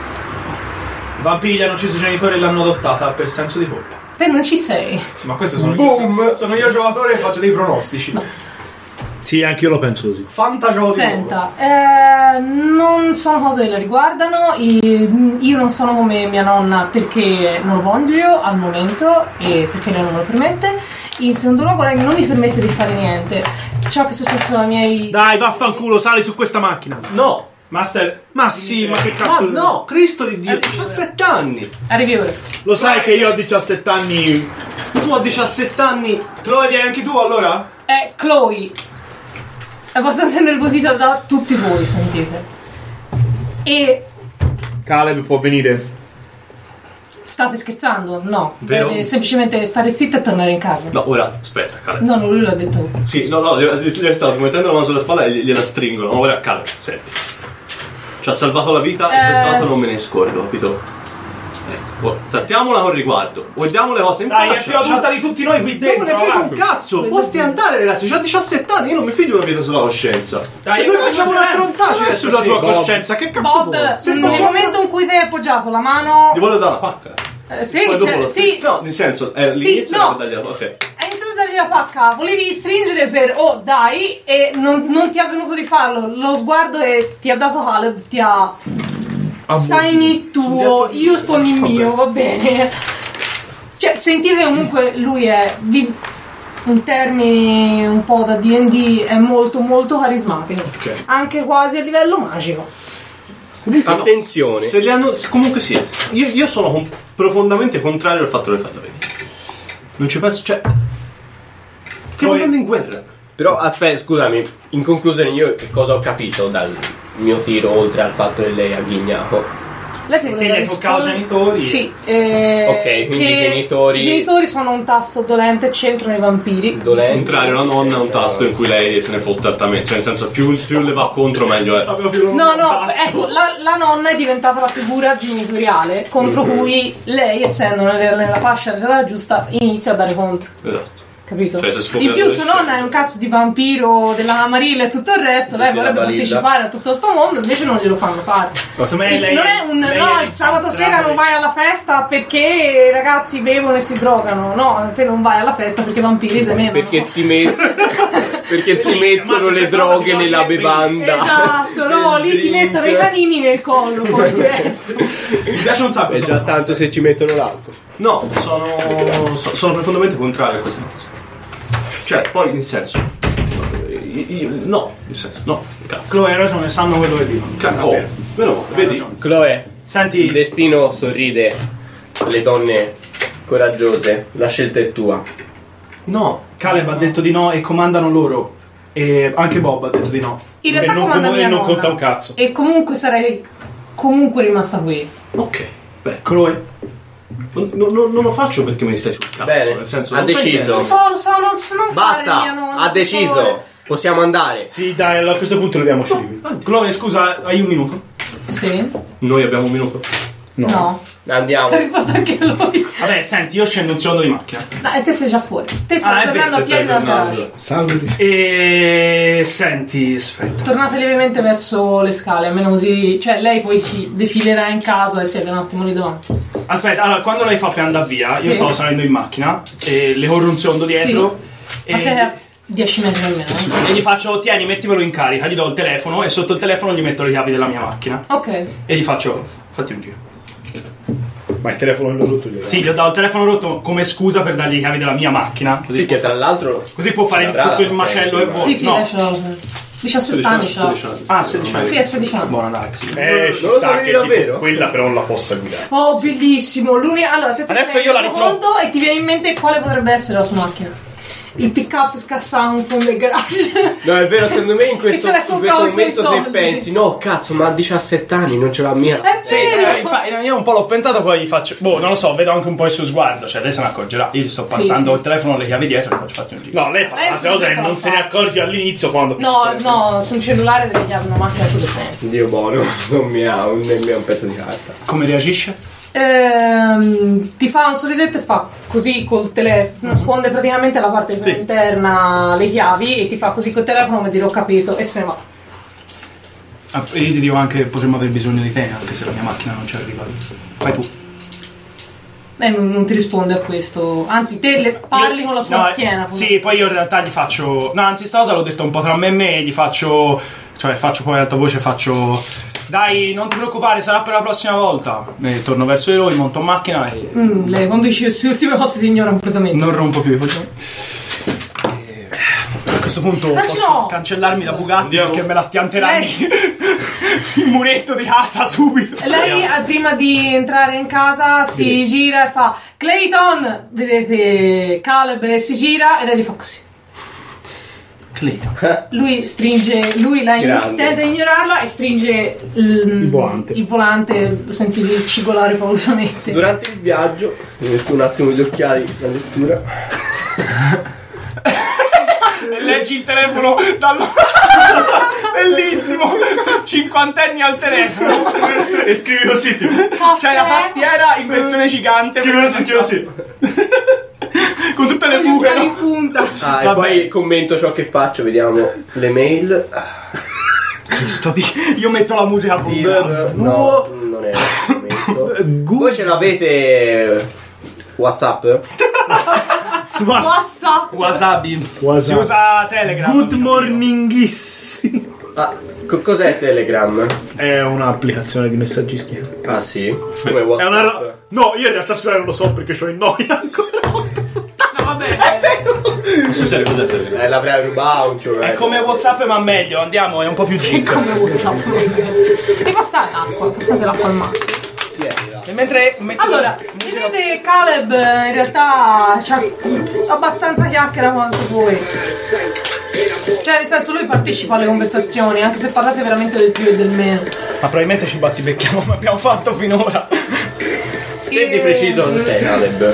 I vampiri gli hanno ucciso i genitori e l'hanno adottata per senso di colpa. Te non ci sei. Sì, ma questo sono Boom! io. Sono io giocatore e faccio dei pronostici. No. Sì, anche io lo penso così. Fantagioso. Senta, eh, non sono cose che la riguardano. Io non sono come mia nonna perché non lo voglio al momento e perché lei non me lo permette. In secondo luogo, lei non mi permette di fare niente. Ciò che è successo ai miei. Dai, vaffanculo, sali su questa macchina. No, Master, Ma sì, ma che ma cazzo. no, Cristo di Dio, diciassette anni. Arrivi ora. Lo sai che io ho diciassette anni. Tu a diciassette anni. Chloe, vieni anche tu allora? È Chloe. È abbastanza innervosita da tutti voi, sentite. E Caleb può venire. state scherzando? No. Vero? Deve semplicemente stare zitta e tornare in casa. No, ora, aspetta, Caleb. No, no, lui l'ha detto. Sì, no, no, gli gli stavo mettendo la mano sulla spalla e gli- gliela stringono. Ora, Caleb, senti. Ci ha salvato la vita e Eh. questa cosa non me ne scordo, capito? Oh, trattiamola con riguardo. Guardiamo le cose in Dai, è faccia. più adulta di tutti noi qui Non me dentro. ne frega un avanti. cazzo! Posti andare, ragazzi, c'ha diciassette anni, io non mi figlio una vita sulla coscienza. Dai, e noi io facciamo una faccio- stronzata È sulla tua coscienza, che cazzo Bob, vuoi? Se nel facciamo- momento in cui ti hai appoggiato la mano. Ti voglio dare una pacca. Eh, sì, Poi dopo cioè, lo- sì. No, nel senso, è Sì, l'inizio no. della battaglia. Ok. Hai iniziato a dargli la pacca, volevi stringere per oh dai e non, non ti è avvenuto di farlo. Lo sguardo e ti ha dato Caleb, ti ha. Stai nel tuo, io sto nel mio, va bene. Cioè, sentite comunque, lui è. vi- in termini un po' da D and D è molto molto carismatico. Ok. Anche quasi a livello magico. Attenzione. Se li hanno. Comunque sì. Io, io sono com- profondamente contrario al fatto che fate vedere. Non ci penso. Cioè. Stiamo Poi- andando in guerra. Però aspetta, scusami, in conclusione io che cosa ho capito dal mio tiro oltre al fatto che lei ha ghignato? Lei ti Che voleva gli hai toccato rispondere? i genitori? Sì. eh, Ok, quindi che i genitori- I genitori sono un tasto dolente e c'entrano i vampiri. Dolente. Contrario, la nonna è un tasto in cui lei se ne fotte altamente. Cioè, nel senso, più, più le va contro, meglio è. No, no, ecco, la, la nonna è diventata la figura genitoriale contro Mhm. cui lei, essendo nella, nella fascia dell'età giusta, inizia a dare contro. Esatto. Capito? Cioè, se sfoga In più sua adolescente. nonna è un cazzo di vampiro della Camarilla e tutto il resto, lei Della vorrebbe Balilla. partecipare a tutto sto mondo, invece non glielo fanno fare. Ma secondo me lei non è un lei no, è il sabato sera non l'incontrabile. vai alla festa perché i ragazzi bevono e si drogano. No, te non vai alla festa perché i vampiri se menano. Perché ti, met- perché ti Bellissimo, mettono ma le questa droghe cosa nella è bevanda. Esatto, no, Nel lì ti drink. mettono i canini nel collo, poi diverso. Mi piace un sacco. È sto già master. tanto se ci mettono l'altro. No, sono, so- sono profondamente contrario a queste cose. Cioè, poi, nel senso. io- io- no, nel senso, no, cazzo. Chloe hai ragione, sanno quello che dicono. Cazzo, È oh, vero. meno male, Hai vedi? ragione. Chloe, il Senti, destino sorride alle donne coraggiose. La scelta è tua. No, Caleb ha detto di no e comandano loro. E anche Bob ha detto di no. In E realtà non, comanda con- mia e non nonna. conta un cazzo. E comunque sarei comunque rimasta qui. ok, beh, Chloe, non, non- non lo faccio perché me ne stai sul cazzo. Bene, nel senso, ha non fai deciso. Lo niente. so, lo so, non, non fare mia Basta, nonna, ha per deciso. favore. Possiamo andare. Sì, dai, allora a questo punto leviamoci di qui. Chloe, scusa, hai un minuto? Sì? Noi abbiamo un minuto. No. Andiamo. Ha risposto anche lui. Vabbè, senti, io scendo un secondo di macchina. Dai, te sei già fuori. Te Ah, stai è tornando vero, a piedi dal tornando. garage. Salve. E senti, aspetta. Tornate lievemente verso le scale, almeno così. Cioè, lei poi si defilerà in casa e siete un attimo lì davanti. Aspetta, allora, quando lei fa per andare via, io Sì. stavo salendo in macchina e le corro un secondo dietro. Ma E, sei a dieci metri almeno. eh? e gli faccio, tieni, mettimelo in carica, gli do il telefono e sotto il telefono gli metto le chiavi della mia macchina. Ok. E gli faccio, fatti un giro. Ma il telefono l'ho rotto io. Sì, gli ho dato il telefono rotto come scusa per dargli le chiavi della mia macchina. Così, Sì, che tra l'altro così può fare Brava, tutto il ok, macello e brava. vuole. Sì, sì, no. lei ce l'ha. diciassette anni ce l'ha. sedici anni. Ah, sedici anni. Sì, è sedici anni. Buona ragazzi. Eh, ci Non lo sta sapevi che tipo davvero? quella però non la possa guidare. Oh, bellissimo. L'unica. Allora, te ti Adesso sei io la reso riprovo. conto e ti viene in mente quale potrebbe essere la sua macchina. Il pick up scassato in fondo al garage. no, è vero, secondo me in questo, se la in questo compravo i momento suoi te soldi. pensi, no, cazzo, ma ha diciassette anni, non ce l'ha mia. È Sì, vero. eh, infa- io un po' l'ho pensato, poi gli faccio. Boh, non lo so, vedo anche un po' il suo sguardo. Cioè, lei se ne accorgerà. Io gli sto passando sì. il telefono, le chiavi dietro e faccio fatti un giro. No, lei fa Lei la sì, cosa sì, e fa, non fa. se ne accorge all'inizio quando. No, no, sul cellulare devi chiamare una macchina tu senti. Dio buono, non mi ha un, nemmeno un pezzo di carta. Come reagisce? Ehm, ti fa un sorrisetto e fa così col telefono, nasconde praticamente la parte più Sì. interna, le chiavi e ti fa così col telefono come dire ho capito e se ne va. Ah, e io ti dico anche che potremmo aver bisogno di te, anche se la mia macchina non ci arriva. Fai tu. Lei non, non ti risponde a questo, anzi te le parli Io- con la sua no, schiena. eh, Sì, poi io in realtà gli faccio. No, anzi, sta cosa l'ho detta un po' tra me e me. Gli faccio. Cioè, faccio poi altovoce, faccio. Dai, non ti preoccupare, sarà per la prossima volta. E torno verso di lui, monto in macchina e. Mm, lei quando dici queste ultime cose ti ignora completamente. Non rompo più i coglioni. E a questo punto Anzi, posso no. cancellarmi la Bugatti Andiamo. perché me la stianteranno Lei- il muretto di casa subito. Lei eh, prima di entrare in casa si gira e fa Clayton, vedete Caleb e si gira e lei gli fa così. Clayton. Lui stringe, lui la Grande. tenta di ignorarla e stringe il, Il volante. il volante, lo senti cigolare paurosamente. Durante il viaggio mi metto un attimo gli occhiali da lettura. E leggi il telefono dallo. Bellissimo. Cinquantenni al telefono. E scrivi così, tipo. C'è la tastiera in versione gigante. Scrivi così, scrivi così. Con tutte le Con gli buche. occhiali no? in punta. Ah, Vabbè. e poi commento ciò che faccio, vediamo le mail. Cristo, di- io metto la musica a Tinder, no, non è il momento. Voi ce l'avete WhatsApp? WhatsApp. Wasabi. Wasabi. Si usa Telegram. Good morningissimo. Ah, co- cos'è Telegram? È un'applicazione di messaggistica. Ah sì? Come È WhatsApp? una ro- No, io in realtà scusate non lo so perché ho in noia ancora. No, vabbè. Non so se cos'è Telegram. Eh, l'avrei rubato, cioè. È come WhatsApp ma meglio, andiamo, è un po' più È gic. come WhatsApp. E passate l'acqua, passate l'acqua al massimo. E mentre metto Allora, vedete Caleb eh, in realtà c'ha abbastanza chiacchiera quanto voi. Cioè, nel senso, lui partecipa alle conversazioni, anche se parlate veramente del più e del meno. Ma probabilmente ci battibecchiamo come abbiamo fatto finora. Che di preciso non sei, Caleb?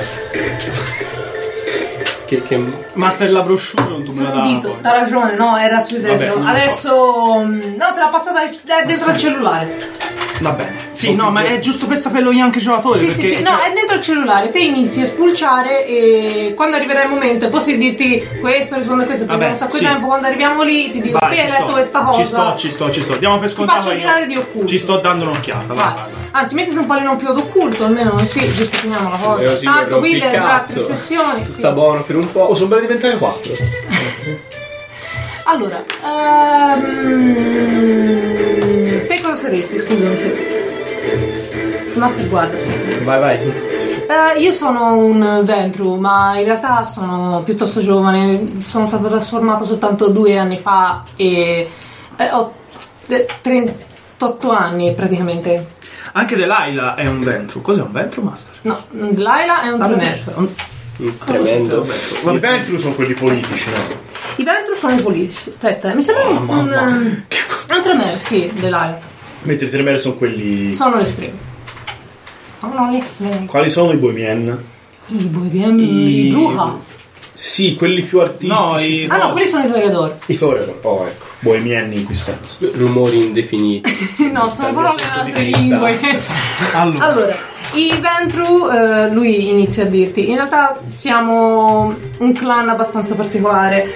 Che, che... Master la brochure non tu me la Sono un dito, davo. t'ha ragione, no, era sul Vabbè, telefono. non lo so. Adesso. mh, No, te l'ha passata è dentro il cellulare. Va bene. Sì, no, ma è giusto per saperlo io anche giocatore. Sì, perché, sì, sì, no, cioè, è dentro il cellulare, te inizi a spulciare e quando arriverà il momento, posso dirti questo, rispondo a questo, prendiamo un Vabbè, sacco di sì. tempo, quando arriviamo lì ti dico, vai, te ci hai sto, letto questa cosa. Ci sto, ci sto, ci sto. Diamo per scontato faccio io. tirare di occulto. Ci sto dando un'occhiata. Vai, Vai. vai, vai. Anzi, mettiti un pallino più d'occulto, almeno sì, giustifichiamo la cosa. Eh, così Tanto rompi il Will tra cazzo. tre sessioni. Sì. Sta buono per un po'. Oh, sono belli diventare quattro. Allora, ehm... te cosa saresti? Scusami se. Master guarda. Vai, vai. Eh, io sono un Ventru, ma in realtà sono piuttosto giovane. Sono stato trasformato soltanto due anni fa e eh, ho eh, trentotto anni praticamente. Anche Delilah è un Ventru. Cos'è un Ventru, Master? No, Delilah è un Tremere. Un- Mm, Tremendo. I Ventru sono quelli politici, no? I Ventru sono i politici. Aspetta, mi sembra un, un, um, un Tremere, sì, Delilah. Mentre i Tremere sono quelli. Sono l'estremo. Sono l'estremo. Quali sono i Bohemian? I Bohemian, i, I- Bruja. Sì, quelli più artistici. No, i- Ah no, quelli sono i Toreador. I Thoreau. Oh, ecco. Bohemian in questo senso. Rumori indefiniti. No, sono parole in altre di vista. lingue. Allora. Allora, i Ventru, eh, lui inizia a dirti, in realtà siamo un clan abbastanza particolare.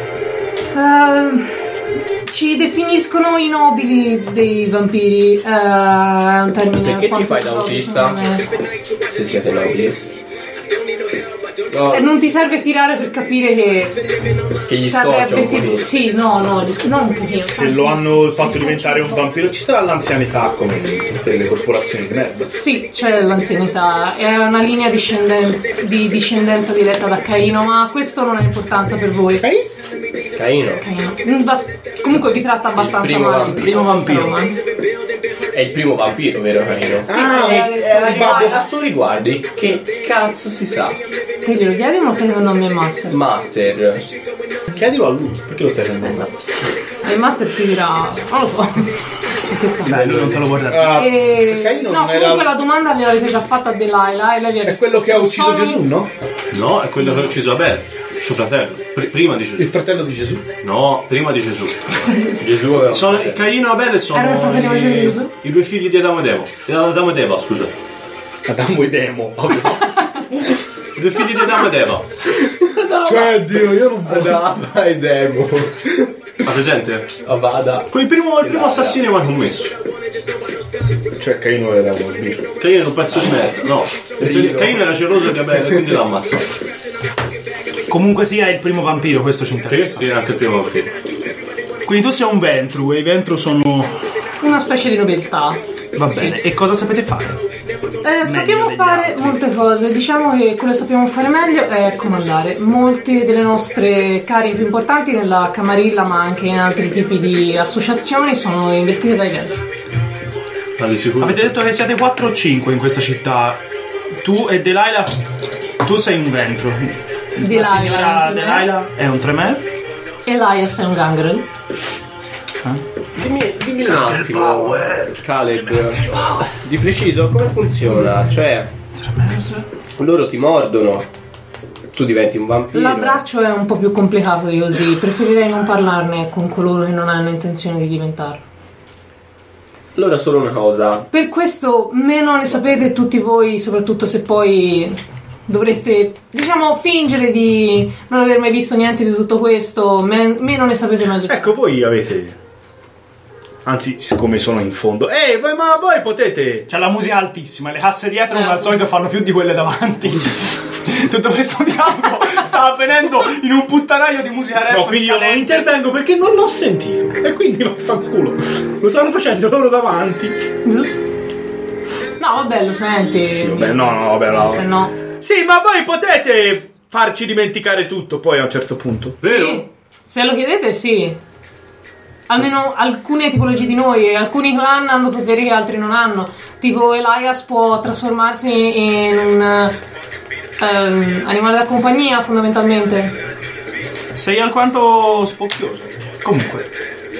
Eh, ci definiscono i nobili dei vampiri. Eh, è un termine Perché ti alquanto fai da esotico, autista? secondo me. Se siete nobili. No, Eh, non ti serve tirare per capire che che gli scoccia sarebbe un che- pochino. sì, no, no, gli sc- non un pochino. Se lo hanno fatto diventare un vampiro, ci sarà l'anzianità come in tutte le corporazioni di merda. Sì, c'è l'anzianità, è una linea discenden- di discendenza diretta da Caino, ma questo non ha importanza per voi. Caino. Caino. Mm, va- Comunque vi tratta abbastanza primo male. vampiro. Primo vampiro. Romanzo. È il primo vampiro, vero Caino? Ah, è, è- è è- il babbo cazzo riguardi. Che cazzo si sa? Te glielo chiedi o sei secondo me master? Master. Chiedilo a lui, perché lo stai facendo? E il master ti dirà. Non lo so. Scherzando. Dai, lui non te lo vorrà dire. Ah, E... Caino No, non era- comunque la domanda gliel'avete già fatta a Delilah e lei vi ha È detto, quello che ha ucciso sono- Gesù, no? No, è quello che ha ucciso Abel, suo fratello. Pr- prima di Gesù. Il fratello di Gesù. No, prima di Gesù. Gesù aveva Sono Caino e Abele sono Erano i fratelli maggiori di Gesù? i due figli di Adamo ed Eva. Di Adamo ed Eva, scusa. Adamo ed Emo. I due figli di Adamo ed Eva. Cioè, Dio, io non Adama e Demo. Ha presente? Avada. Quel primo, il primo assassinio mai commesso. Cioè, Caino era uno sbirro. Caino era un pezzo di merda, no. Caino era geloso di Abele, quindi l'ha ammazzato. Comunque sia il primo vampiro, questo ci interessa. Che era anche il primo vampiro. Quindi tu sei un Ventru e i Ventru sono... Una specie di nobiltà. Va Sì. bene, e cosa sapete fare? Eh, sappiamo degli fare altri. molte cose, diciamo che quello che sappiamo fare meglio è comandare. Molte delle nostre cariche più importanti nella Camarilla, ma anche in altri tipi di associazioni, sono investite dai Ventru. Ma di sicuro? Avete detto che siete quattro o cinque in questa città. Tu e Delilah, tu sei un Ventru. Delilah La signora è un Tremere. Delilah è un Tremere. Elias è un gangrel. Dimmi, dimmi un attimo, Caleb, di preciso come funziona? Cioè, loro ti mordono, tu diventi un vampiro. L'abbraccio è un po' più complicato di così, preferirei non parlarne con coloro che non hanno intenzione di diventarlo. Allora solo una cosa, Per questo meno ne sapete tutti voi, soprattutto se poi dovreste, diciamo, fingere di non aver mai visto niente di tutto questo, men- meno ne sapete meglio. Ecco, voi avete... Anzi, siccome sono in fondo... Ehi, voi- ma voi potete... C'è la musica altissima, le casse dietro Eh, come al solito fanno più di quelle davanti. Tutto questo dialogo sta avvenendo in un puttanaio di musica rap. No, quindi io non scadente. intervengo perché non l'ho sentito. E quindi vaffanculo. Lo stanno facendo loro davanti. Giusto? No, vabbè, lo senti. Sì, vabbè, no, no, vabbè, no. Se no. Sì, ma voi potete farci dimenticare tutto poi a un certo punto. Vero? Sì, se lo chiedete, sì. Almeno alcune tipologie di noi e alcuni clan hanno poteri che altri non hanno. Tipo Elias può trasformarsi in un ehm, animale da compagnia, fondamentalmente. Sei alquanto spocchioso. Comunque,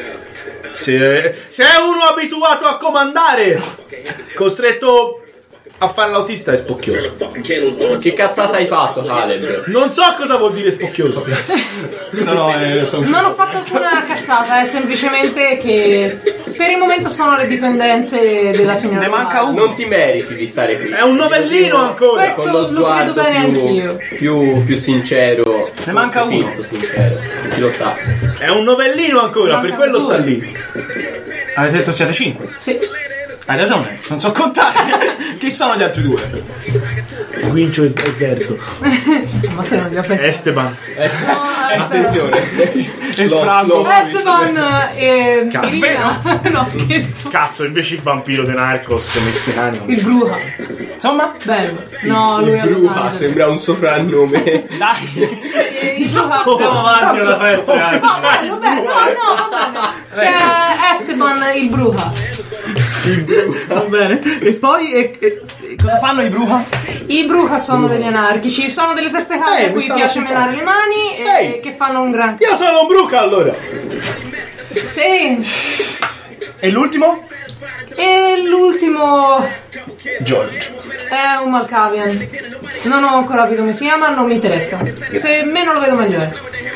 Se, se è uno abituato a comandare, costretto a fare l'autista, è spocchioso. che cazzata hai fatto, Caleb? Non so cosa vuol dire spocchioso. no, no, eh, sono... Non ho fatto alcuna cazzata, è semplicemente che per il momento sono le dipendenze della signora. Ne manca Clara. uno. Non ti meriti di stare qui. È un novellino ancora. Questo Con lo lo credo sguardo bene più, anch'io. più, più sincero. Ne manca forse uno. finto sincero. Chi lo sa? È un novellino ancora, Manca per quello due. sta lì. Avete detto siete cinque. Sì. Hai ragione, non so contare. Chi sono gli altri due? Sguincio e sberto. Ma se non li ho pensato. Esteban. Attenzione. E Lo- Franco. lo- Esteban e Cazzo. Irina. No, scherzo. Cazzo, invece il vampiro de Narcos messicano. Il Bruja. Insomma, Bello. No, lui è Bruja Bruja. sembra un soprannome. dai. Il Bruja. Siamo avanti alla festa, ragazzi. No, bello, bello. No, no, va bene. C'è Esteban il Bruja. Va bene. E poi e, e- e cosa fanno i Bruja? I Bruja sono degli anarchici, sono delle teste calde Eh, a mi cui stavo piace simpatico. menare le mani e Ehi. che fanno un gran... Io sono un Bruca allora. Sì. E l'ultimo? E l'ultimo George. è un Malkavian. Non ho ancora capito come si chiama, non mi interessa. Se meno lo vedo meglio è.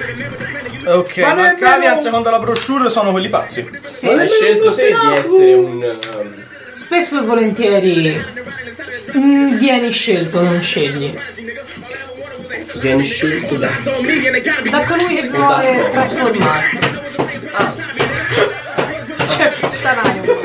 Ok, Ma ma nemmeno- Cavian secondo la brochure sono quelli pazzi. Sì. Hai scelto te di essere un. um, Spesso e volentieri mm, vieni scelto, non scegli. Vieni scelto da. Da colui che vuole trasformarti. Cioè, puttanaio.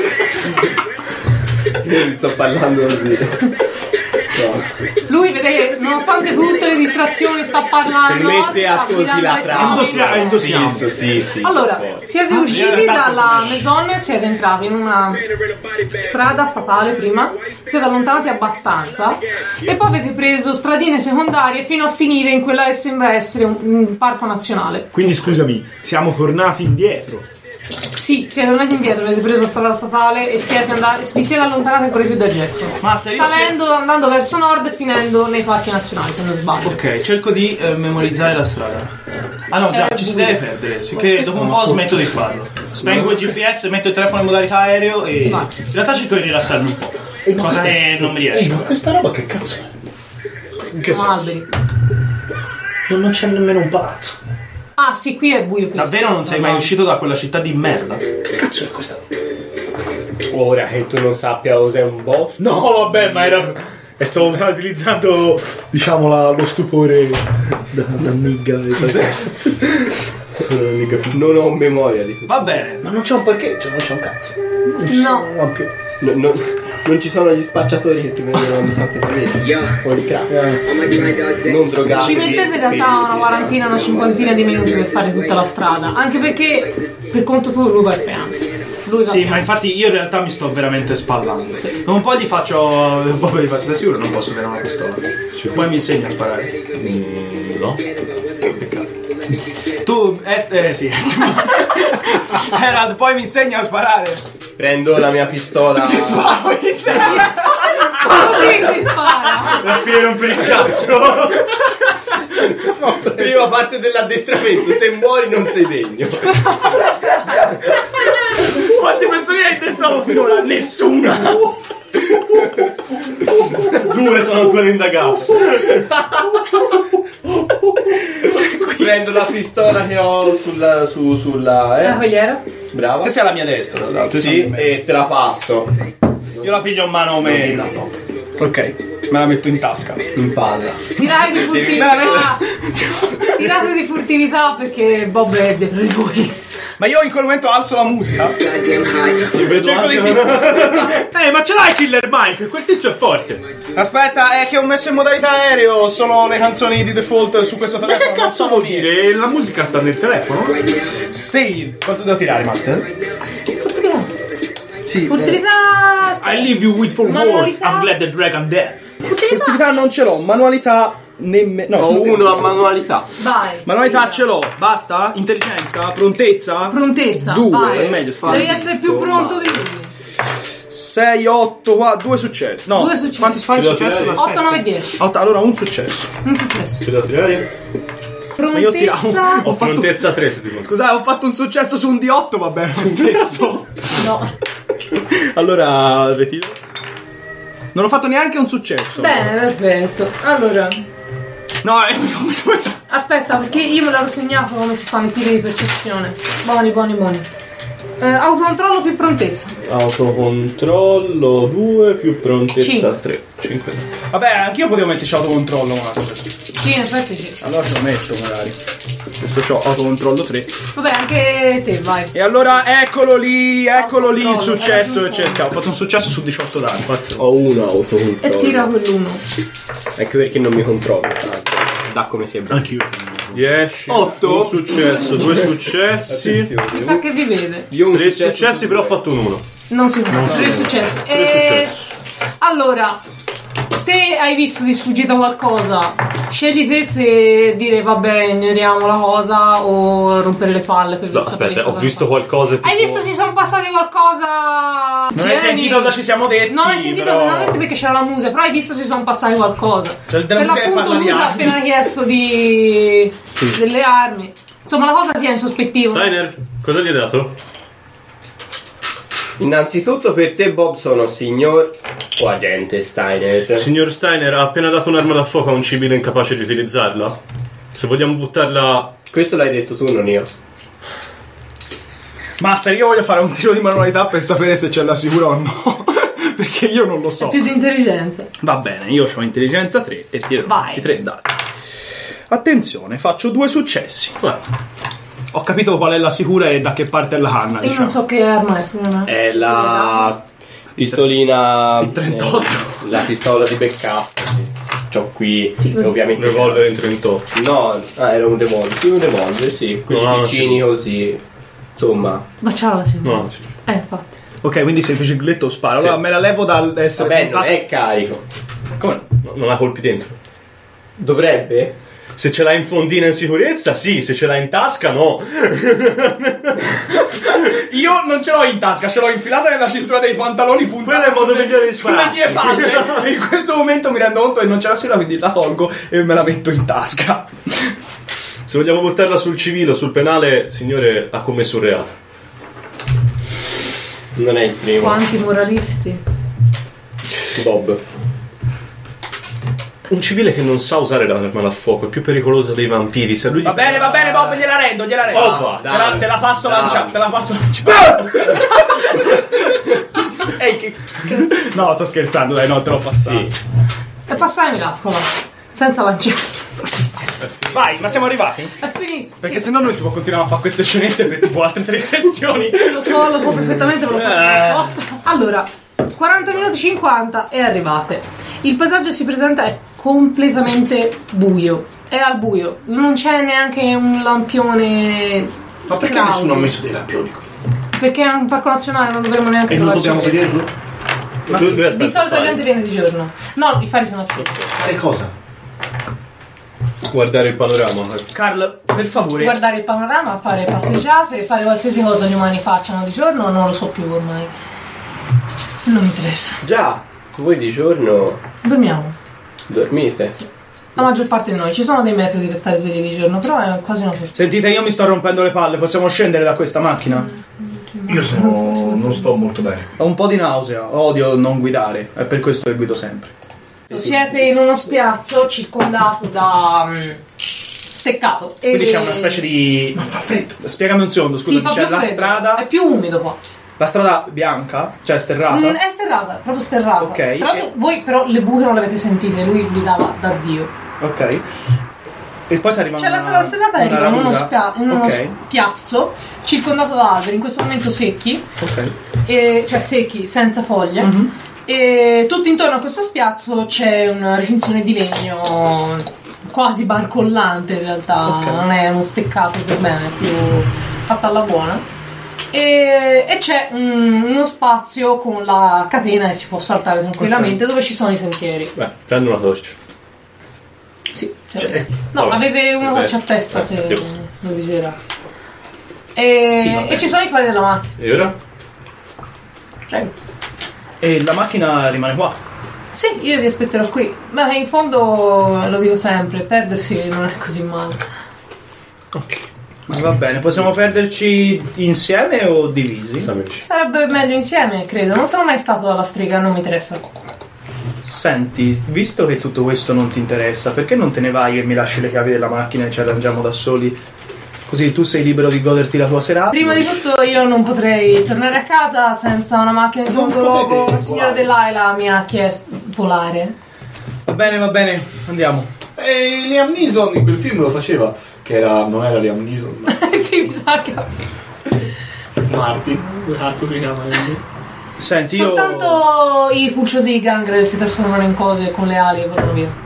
Io sto parlando così. No. Lui vede che nonostante tutte le distrazioni sta parlando. Se mette sta ascolti guidando la ai trama. soldi. Indossiamo, indossiamo. Sì, sì, sì. Allora, per forza. siete Ah, usciti in realtà dalla sto- Maison, siete entrati in una strada statale prima, siete allontanati abbastanza e poi avete preso stradine secondarie fino a finire in quella che sembra essere un, un parco nazionale. Quindi scusami, siamo tornati indietro. Sì, siete tornati indietro, avete preso strada statale e siete andati, vi siete allontanati ancora più da Jackson. Master, io Salendo, andando verso nord e finendo nei parchi nazionali, se non sbaglio. Ok, cerco di eh, memorizzare la strada. Ah no, già, Eh, ci si buio. deve perdere, sicché dopo un po' smetto di farlo. Spengo il G P S, metto il telefono in modalità aereo e Vai. in realtà cerco di rilassarmi un po'. Cosa che non mi Ehi, riesce. ma questa roba che cazzo è? In che Sono senso? alberi. Non, non c'è nemmeno un palazzo. Ah sì, qui è buio. Qui. Davvero non sei mai uscito da quella città di merda? Che cazzo è questa? Ora che tu non sappia cos'è un boss. No, vabbè, ma era. E stavo utilizzando, diciamo, la- lo stupore da, da nigga. Sono l'unica- Non ho memoria di questo. Va bene. Ma non c'è un perché, cioè non c'è un cazzo. Non ci No. sono vampiri. No, no. Non ci sono gli spacciatori che ti vendono le anfetamine o il crack. Non drogati. Ci mettete in realtà una quarantina, una cinquantina di minuti per fare tutta la strada. Anche perché per conto tuo lui va al piano. Lui va Sì, piano. ma infatti io in realtà mi sto veramente spallando. Sì. Un po' gli faccio. Un po' gli faccio. Sei sicuro non posso avere una pistola? Poi mi insegni a sparare. Mm, no. Tu, Est, eh sì, Est. Herald, poi mi insegni a sparare. Prendo la mia pistola. Così si spara. La fine non per il cazzo. Prima parte dell'addestramento, se muori non sei degno. Quante persone hai addestrato finora? Nessuna. Due sono ancora indagati. Prendo la pistola che ho sulla. Su, sulla. La Eh? cogliera? Brava. Te sei alla mia destra, tra l'altro. Sì, e te la passo. Io la piglio in mano me. Ok, me la metto in tasca. In palla. Tirare di furtività. Tirare di furtività perché Bob è dietro di voi. Ma io in quel momento alzo la musica. Vedo Cerco di anche- dis- Eh, ma ce l'hai Killer Mike? Quel tizio è forte. Aspetta, è che ho messo in modalità aereo solo le canzoni di default su questo Ma telefono. che non cazzo so vuol dire. dire? La musica sta nel telefono? Sì, quanto devo tirare, Master? Furtività. Sì. Furtività. I leave you with four words. Manualità. I'm glad the dragon dead. Furtività. Furtività non ce l'ho, manualità nemmeno. No, Ho uno a manualità. Vai. manualità ce l'ho, basta? Intelligenza? Prontezza? Prontezza. Due, vai. è meglio fare. Devi essere più pronto di lui. sei, otto, qua, due successi. No, Due successi. quanti fai Devo successo? tirare. Da otto, nove, dieci. otto, allora un successo. Un successo. Ci devo tirare? Ma io ho tirato. Prontezza. Ho fatto, Prontezza tre se ti conto. scusate, ho fatto un successo su un D otto, va bene lo stesso. No. Allora, ritiro. Non ho fatto neanche un successo. Bene, perfetto. Allora, No, eh, questo- aspetta, perché io me l'ero segnato come si fanno i tiri di percezione. Buoni, buoni, buoni. Eh, autocontrollo più prontezza. Autocontrollo due più prontezza Cinque. tre. cinque. Vabbè, anch'io potevo metterci autocontrollo una cosa. Sì, in effetti sì. Allora ce lo metto magari. Questo c'ho autocontrollo tre. Vabbè, anche te, vai. E allora eccolo lì, eccolo lì il Autocontrollo, successo era che cercavo. Ho fatto un successo su diciotto danni. Ho uno E autocontrollo. tira quell'uno. Ecco perché non mi controllo. tanto. Da come si è bravo. Anch'io. dieci. Otto. Un successo, due successi. Mi sa che vi vede. Io un Tre successo successi, su però ho due. fatto un uno. Non si può. Tre successi. Tre E... successi. Allora, te hai visto di sfuggita qualcosa? Scegli te se dire vabbè, ignoriamo la cosa o rompere le palle per No, sapere aspetta, ho cosa visto fa. qualcosa. Tipo... Hai visto si sono passati qualcosa? Non hai Tieni. sentito cosa ci siamo detti? Non hai sentito però... cosa ci hanno detto perché c'era la musica, però hai visto si sono passati qualcosa. Cioè, della Per musica che l'appunto parla lui di ti ha armi. appena chiesto di delle armi. Insomma, la cosa ti ha insospettivo. Steiner, cosa gli hai dato? Innanzitutto per te Bob sono signor o agente Steiner. Signor Steiner ha appena dato un'arma da fuoco a un civile incapace di utilizzarla. Se vogliamo buttarla... Questo l'hai detto tu, non io. Master, io voglio fare un tiro di manualità per sapere se ce la sicura o no. Perché io non lo so. Più di intelligenza. Va bene, io ho intelligenza tre e tiro Vai. questi tre dati. Attenzione, faccio due successi. Guarda, Ho capito qual è la sicura e da che parte è la canna, Io diciamo. non so che arma è, secondo me. È la pistolina. Il trentotto. eh, la pistola di backup. C'ho qui. Sì, e ovviamente. un revolver in trentotto. No, ah, era un revolver. Sì, un revolver, sì. Quelli No, no, piccini sì. così. Insomma. Ma c'ha la sicura. No, sì. Eh, infatti. Ok, quindi se il bicicletto spara. Sì. Allora me la levo dall'essere Vabbè, non puntato. è carico. Come? No, non ha colpi dentro. Dovrebbe? Se ce l'hai in fondina in sicurezza, sì. Se ce l'hai in tasca, no. Io non ce l'ho in tasca, ce l'ho infilata nella cintura dei pantaloni puntata Quello è il modo sulle- migliore di sulle mie spararsi. palle. E in questo momento mi rendo conto che non ce la sicura, quindi la tolgo e me la metto in tasca. Se vogliamo buttarla sul civile o sul penale, signore, ha commesso un reato. Non è il primo. Quanti moralisti. Bob. Un civile che non sa usare l'arma da fuoco è più pericoloso dei vampiri. Se lui gli Va bene, va bene, Bob, gliela rendo, gliela rendo. Oh, te, la, te la passo dai. lanciata, te la passo lanciata. Ehi, che... No, sto scherzando, dai, no, te l'ho passato. Sì. E passami l'acqua, va. Senza lanciare. Vai, ma siamo arrivati? È finito. Perché Sì. se no noi si può continuare a fare queste scenette per tipo altre tre sezioni. Lo so, lo so perfettamente, me lo so Eh. apposta. Allora, quaranta minuti, cinquanta e arrivate. Il paesaggio si presenta è completamente buio. È al buio, non c'è neanche un lampione. Ma perché scrauso. nessuno ha messo dei lampioni qui? Perché è un parco nazionale, non dovremmo neanche E non provarci. dobbiamo vederlo? Ma tu, lui aspetta, Di solito la fai. gente viene di giorno. No, i fari sono accesi. Fare cosa? Guardare il panorama. Carl, per favore. Guardare il panorama, fare passeggiate, fare qualsiasi cosa gli umani facciano di giorno, non lo so più ormai. Non mi interessa. Già, voi di giorno Dormiamo. dormite. La maggior parte di noi. Ci sono dei metodi per stare svegli di giorno, però è quasi una cosa. Sentite, io mi sto rompendo le palle, possiamo scendere da questa macchina? Io sono... non sto molto bene. Ho un po' di nausea, odio non guidare, è per questo che guido sempre. Siete in uno spiazzo circondato da um, steccato. E Quindi c'è una specie di... Ma fa freddo. Spiegami un secondo, Sì, scusa, fa c'è più la freddo. strada... È più umido qua. La strada bianca, cioè sterrata. Mm, è sterrata, proprio sterrata. Ok, Tra l'altro e- voi però le buche non le avete sentite, lui guidava da Dio. Ok. E poi si arriva Cioè una, la strada sterrata una arriva in uno, radura. spia- in uno Ok, spiazzo circondato da alberi, in questo momento secchi, ok. e, cioè secchi, senza foglie. Mhm. E tutto intorno a questo spiazzo c'è una recinzione di legno quasi barcollante in realtà, Ok. non è uno steccato per bene, è più fatta alla buona. E, e c'è un- uno spazio con la catena e si può saltare tranquillamente dove ci sono i sentieri. Beh, prendo una torcia. Sì, Cioè, cioè, no, vabbè. avete una Vabbè. torcia a testa Eh, se devo. lo desidera. E, Sì, vabbè. e ci sono i fari della macchina. E ora? Prego. E la macchina rimane qua. Sì, io vi aspetterò qui. Ma in fondo lo dico sempre, perdersi non è così male. Va bene, possiamo perderci insieme o divisi? Amici. Sarebbe meglio insieme, credo. Non sono mai stato dalla strega, non mi interessa. Senti, visto che tutto questo non ti interessa, perché non te ne vai e mi lasci le chiavi della macchina e ci arrangiamo da soli? Così tu sei libero di goderti la tua serata? Prima di tutto io non potrei tornare a casa senza una macchina di secondo Non luogo. potete Il signor volare. Delilah mi ha chiesto volare. Va bene, va bene, andiamo. E Liam Neeson in quel film lo faceva, che era... non era Liam Neeson, ma Sì, mi sa che... Steve Martin. Cazzo si chiama? Senti, io... Soltanto i pulciosi gangrel si trasformano in cose con le ali e volano via.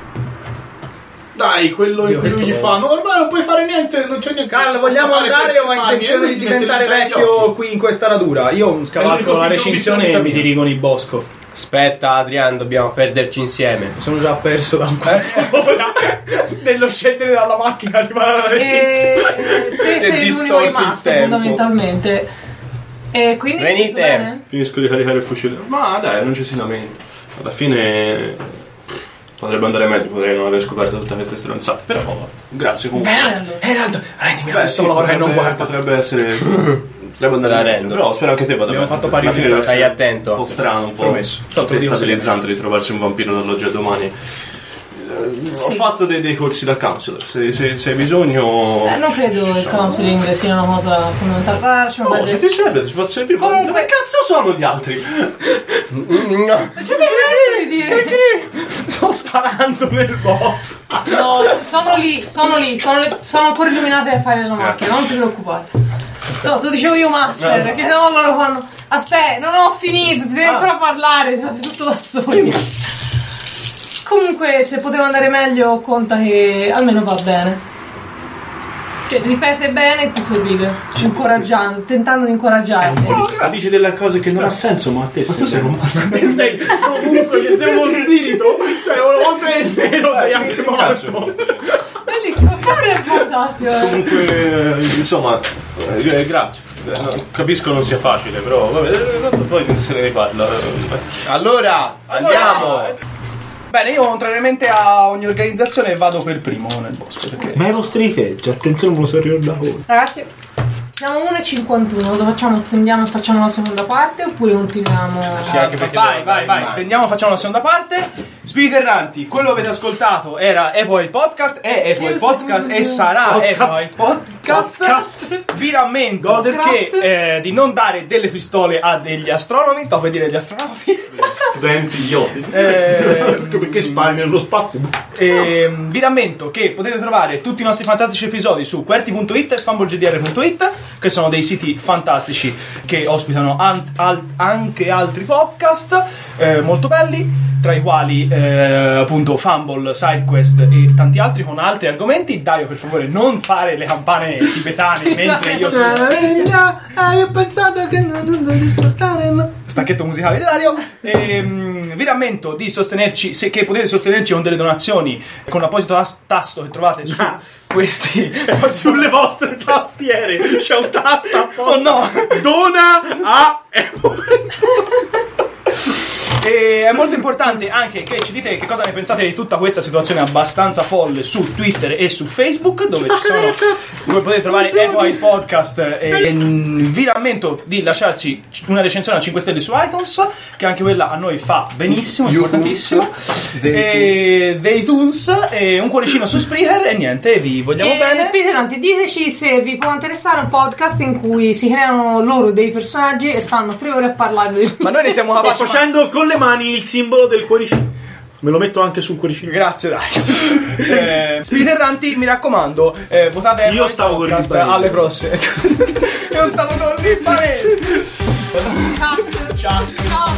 Dai, quello Dio, in cui questo gli lo- fanno ormai non puoi fare niente, non c'è niente. Carl, Posso vogliamo fare andare per o hai fermarmi? intenzione E di lui mi mette diventare le dita negli vecchio occhi. qui in questa radura? Io scavalco l'unico la film che ho recinzione visto e in mi vita mia. dirigo nel bosco. Aspetta, Adrian, dobbiamo perderci insieme. Sono già perso da un quarto d'ora nello scendere dalla macchina e arrivare alla E recinzione. te Se sei l'unico distorti il rimasto tempo. fondamentalmente. E quindi Venite. tutto bene? Finisco di caricare il fucile. Ma dai, non ci si lamenta. Alla fine potrebbe andare meglio, potrei non aver scoperto tutte queste stronzate. Però grazie comunque. Bene allora. Herald, rendimi la Beh, pistola sì, e non potrebbe- guarda. Potrebbe essere. Potrebbe andare La meglio. rendo. Però spero anche te vada Abbiamo bene. fatto pari Alla fine punti. deve essere Stai attento. Un po' strano, un po' Promesso. Tanto Dio destabilizzante ritrovarsi un vampiro dall'oggi al domani. Eh, Ho Sì. fatto dei, dei corsi da counselor. Se, se, se hai bisogno. Eh, non credo il counseling sia una cosa fondamentale. Ah, lasciamo Oh, se perdere. ti serve, ci posso servire. Comunque- Dove cazzo sono gli altri? No. C'è permesso di dire. Sto sparando nel bosco. No, sono lì, sono lì, sono, le- sono ancora illuminate le file della macchina, non ti preoccupare. No, tu dicevo io master, perché no loro fanno. Aspetta, non ho finito, devi ancora parlare, ti fate tutto da soli. Comunque, se poteva andare meglio, conta che almeno va bene. Cioè, ripete bene e ti sorride, ci incoraggiando, tentando di incoraggiarti. Dici delle cose che non ha senso, ma a te Tu sei un Sei ovunque, c'è sei uno spirito. Cioè, oltre il nero sei anche morto. Bellissimo, Carlo è fantastico. eh. Comunque, eh, insomma, eh, grazie. Eh, no, capisco non sia facile, però vabbè, eh, tanto poi se ne riparla. Allora, andiamo. Bene, io contrariamente a ogni organizzazione vado per primo nel bosco. Perché Ma ai vostri teggi, attenzione, me lo so ricordato. Ragazzi, siamo una e cinquantuno, cosa facciamo? Stendiamo e facciamo la seconda parte oppure continuiamo? Sì, anche perché vai, devo vai, andare vai, in stendiamo, facciamo la seconda parte. Spiriti Erranti, quello che avete ascoltato era Epoca il podcast, è Epoca il podcast e sarà Podcast. Epoca il podcast. Vi rammento che eh, di non dare delle pistole a degli astronomi, stavo per dire degli astronauti. Studenti idioti. Eh, Perché spari nello spazio? E vi rammento che potete trovare tutti i nostri fantastici episodi su Qwerty punto it e fumblegdr punto it, che sono dei siti fantastici che ospitano an- al- anche altri podcast eh, molto belli, tra i quali eh, appunto Fumble, SideQuest e tanti altri con altri argomenti. Dario, per favore, non fare le campane tibetane mentre io tu... Ah, io ho pensato che non dovevi sportare, no? Stacchetto musicale di Dario. Ehm, vi rammento di sostenerci, se, che potete sostenerci con delle donazioni con l'apposito tas- tasto che trovate su Ah. questi Sulle vostre tastiere c'è un tasto apposta. oh no. Dona a E è molto importante anche che ci dite che cosa ne pensate di tutta questa situazione abbastanza folle su Twitter e su Facebook, dove ci sono, dove potete trovare Epoca il podcast. E, e vi rammento di lasciarci una recensione a cinque stelle su iTunes, che anche quella a noi fa benissimo, importantissimo. E dei iTunes e un cuoricino su Spreaker. E niente, vi vogliamo E bene. Spiriti Erranti, diteci se vi può interessare un podcast in cui si creano loro dei personaggi e stanno tre ore a parlare di... Ma noi ne siamo sto capaci. facendo con le mani il simbolo del cuoricino. Me lo metto anche sul cuoricino. Grazie Dario. eh, Spiriti Erranti, mi raccomando, eh, votate Io Epoca il stavo con il podcast ribbarese. alle prossime. Io stavo con il ribbarese. Ciao. Ciao.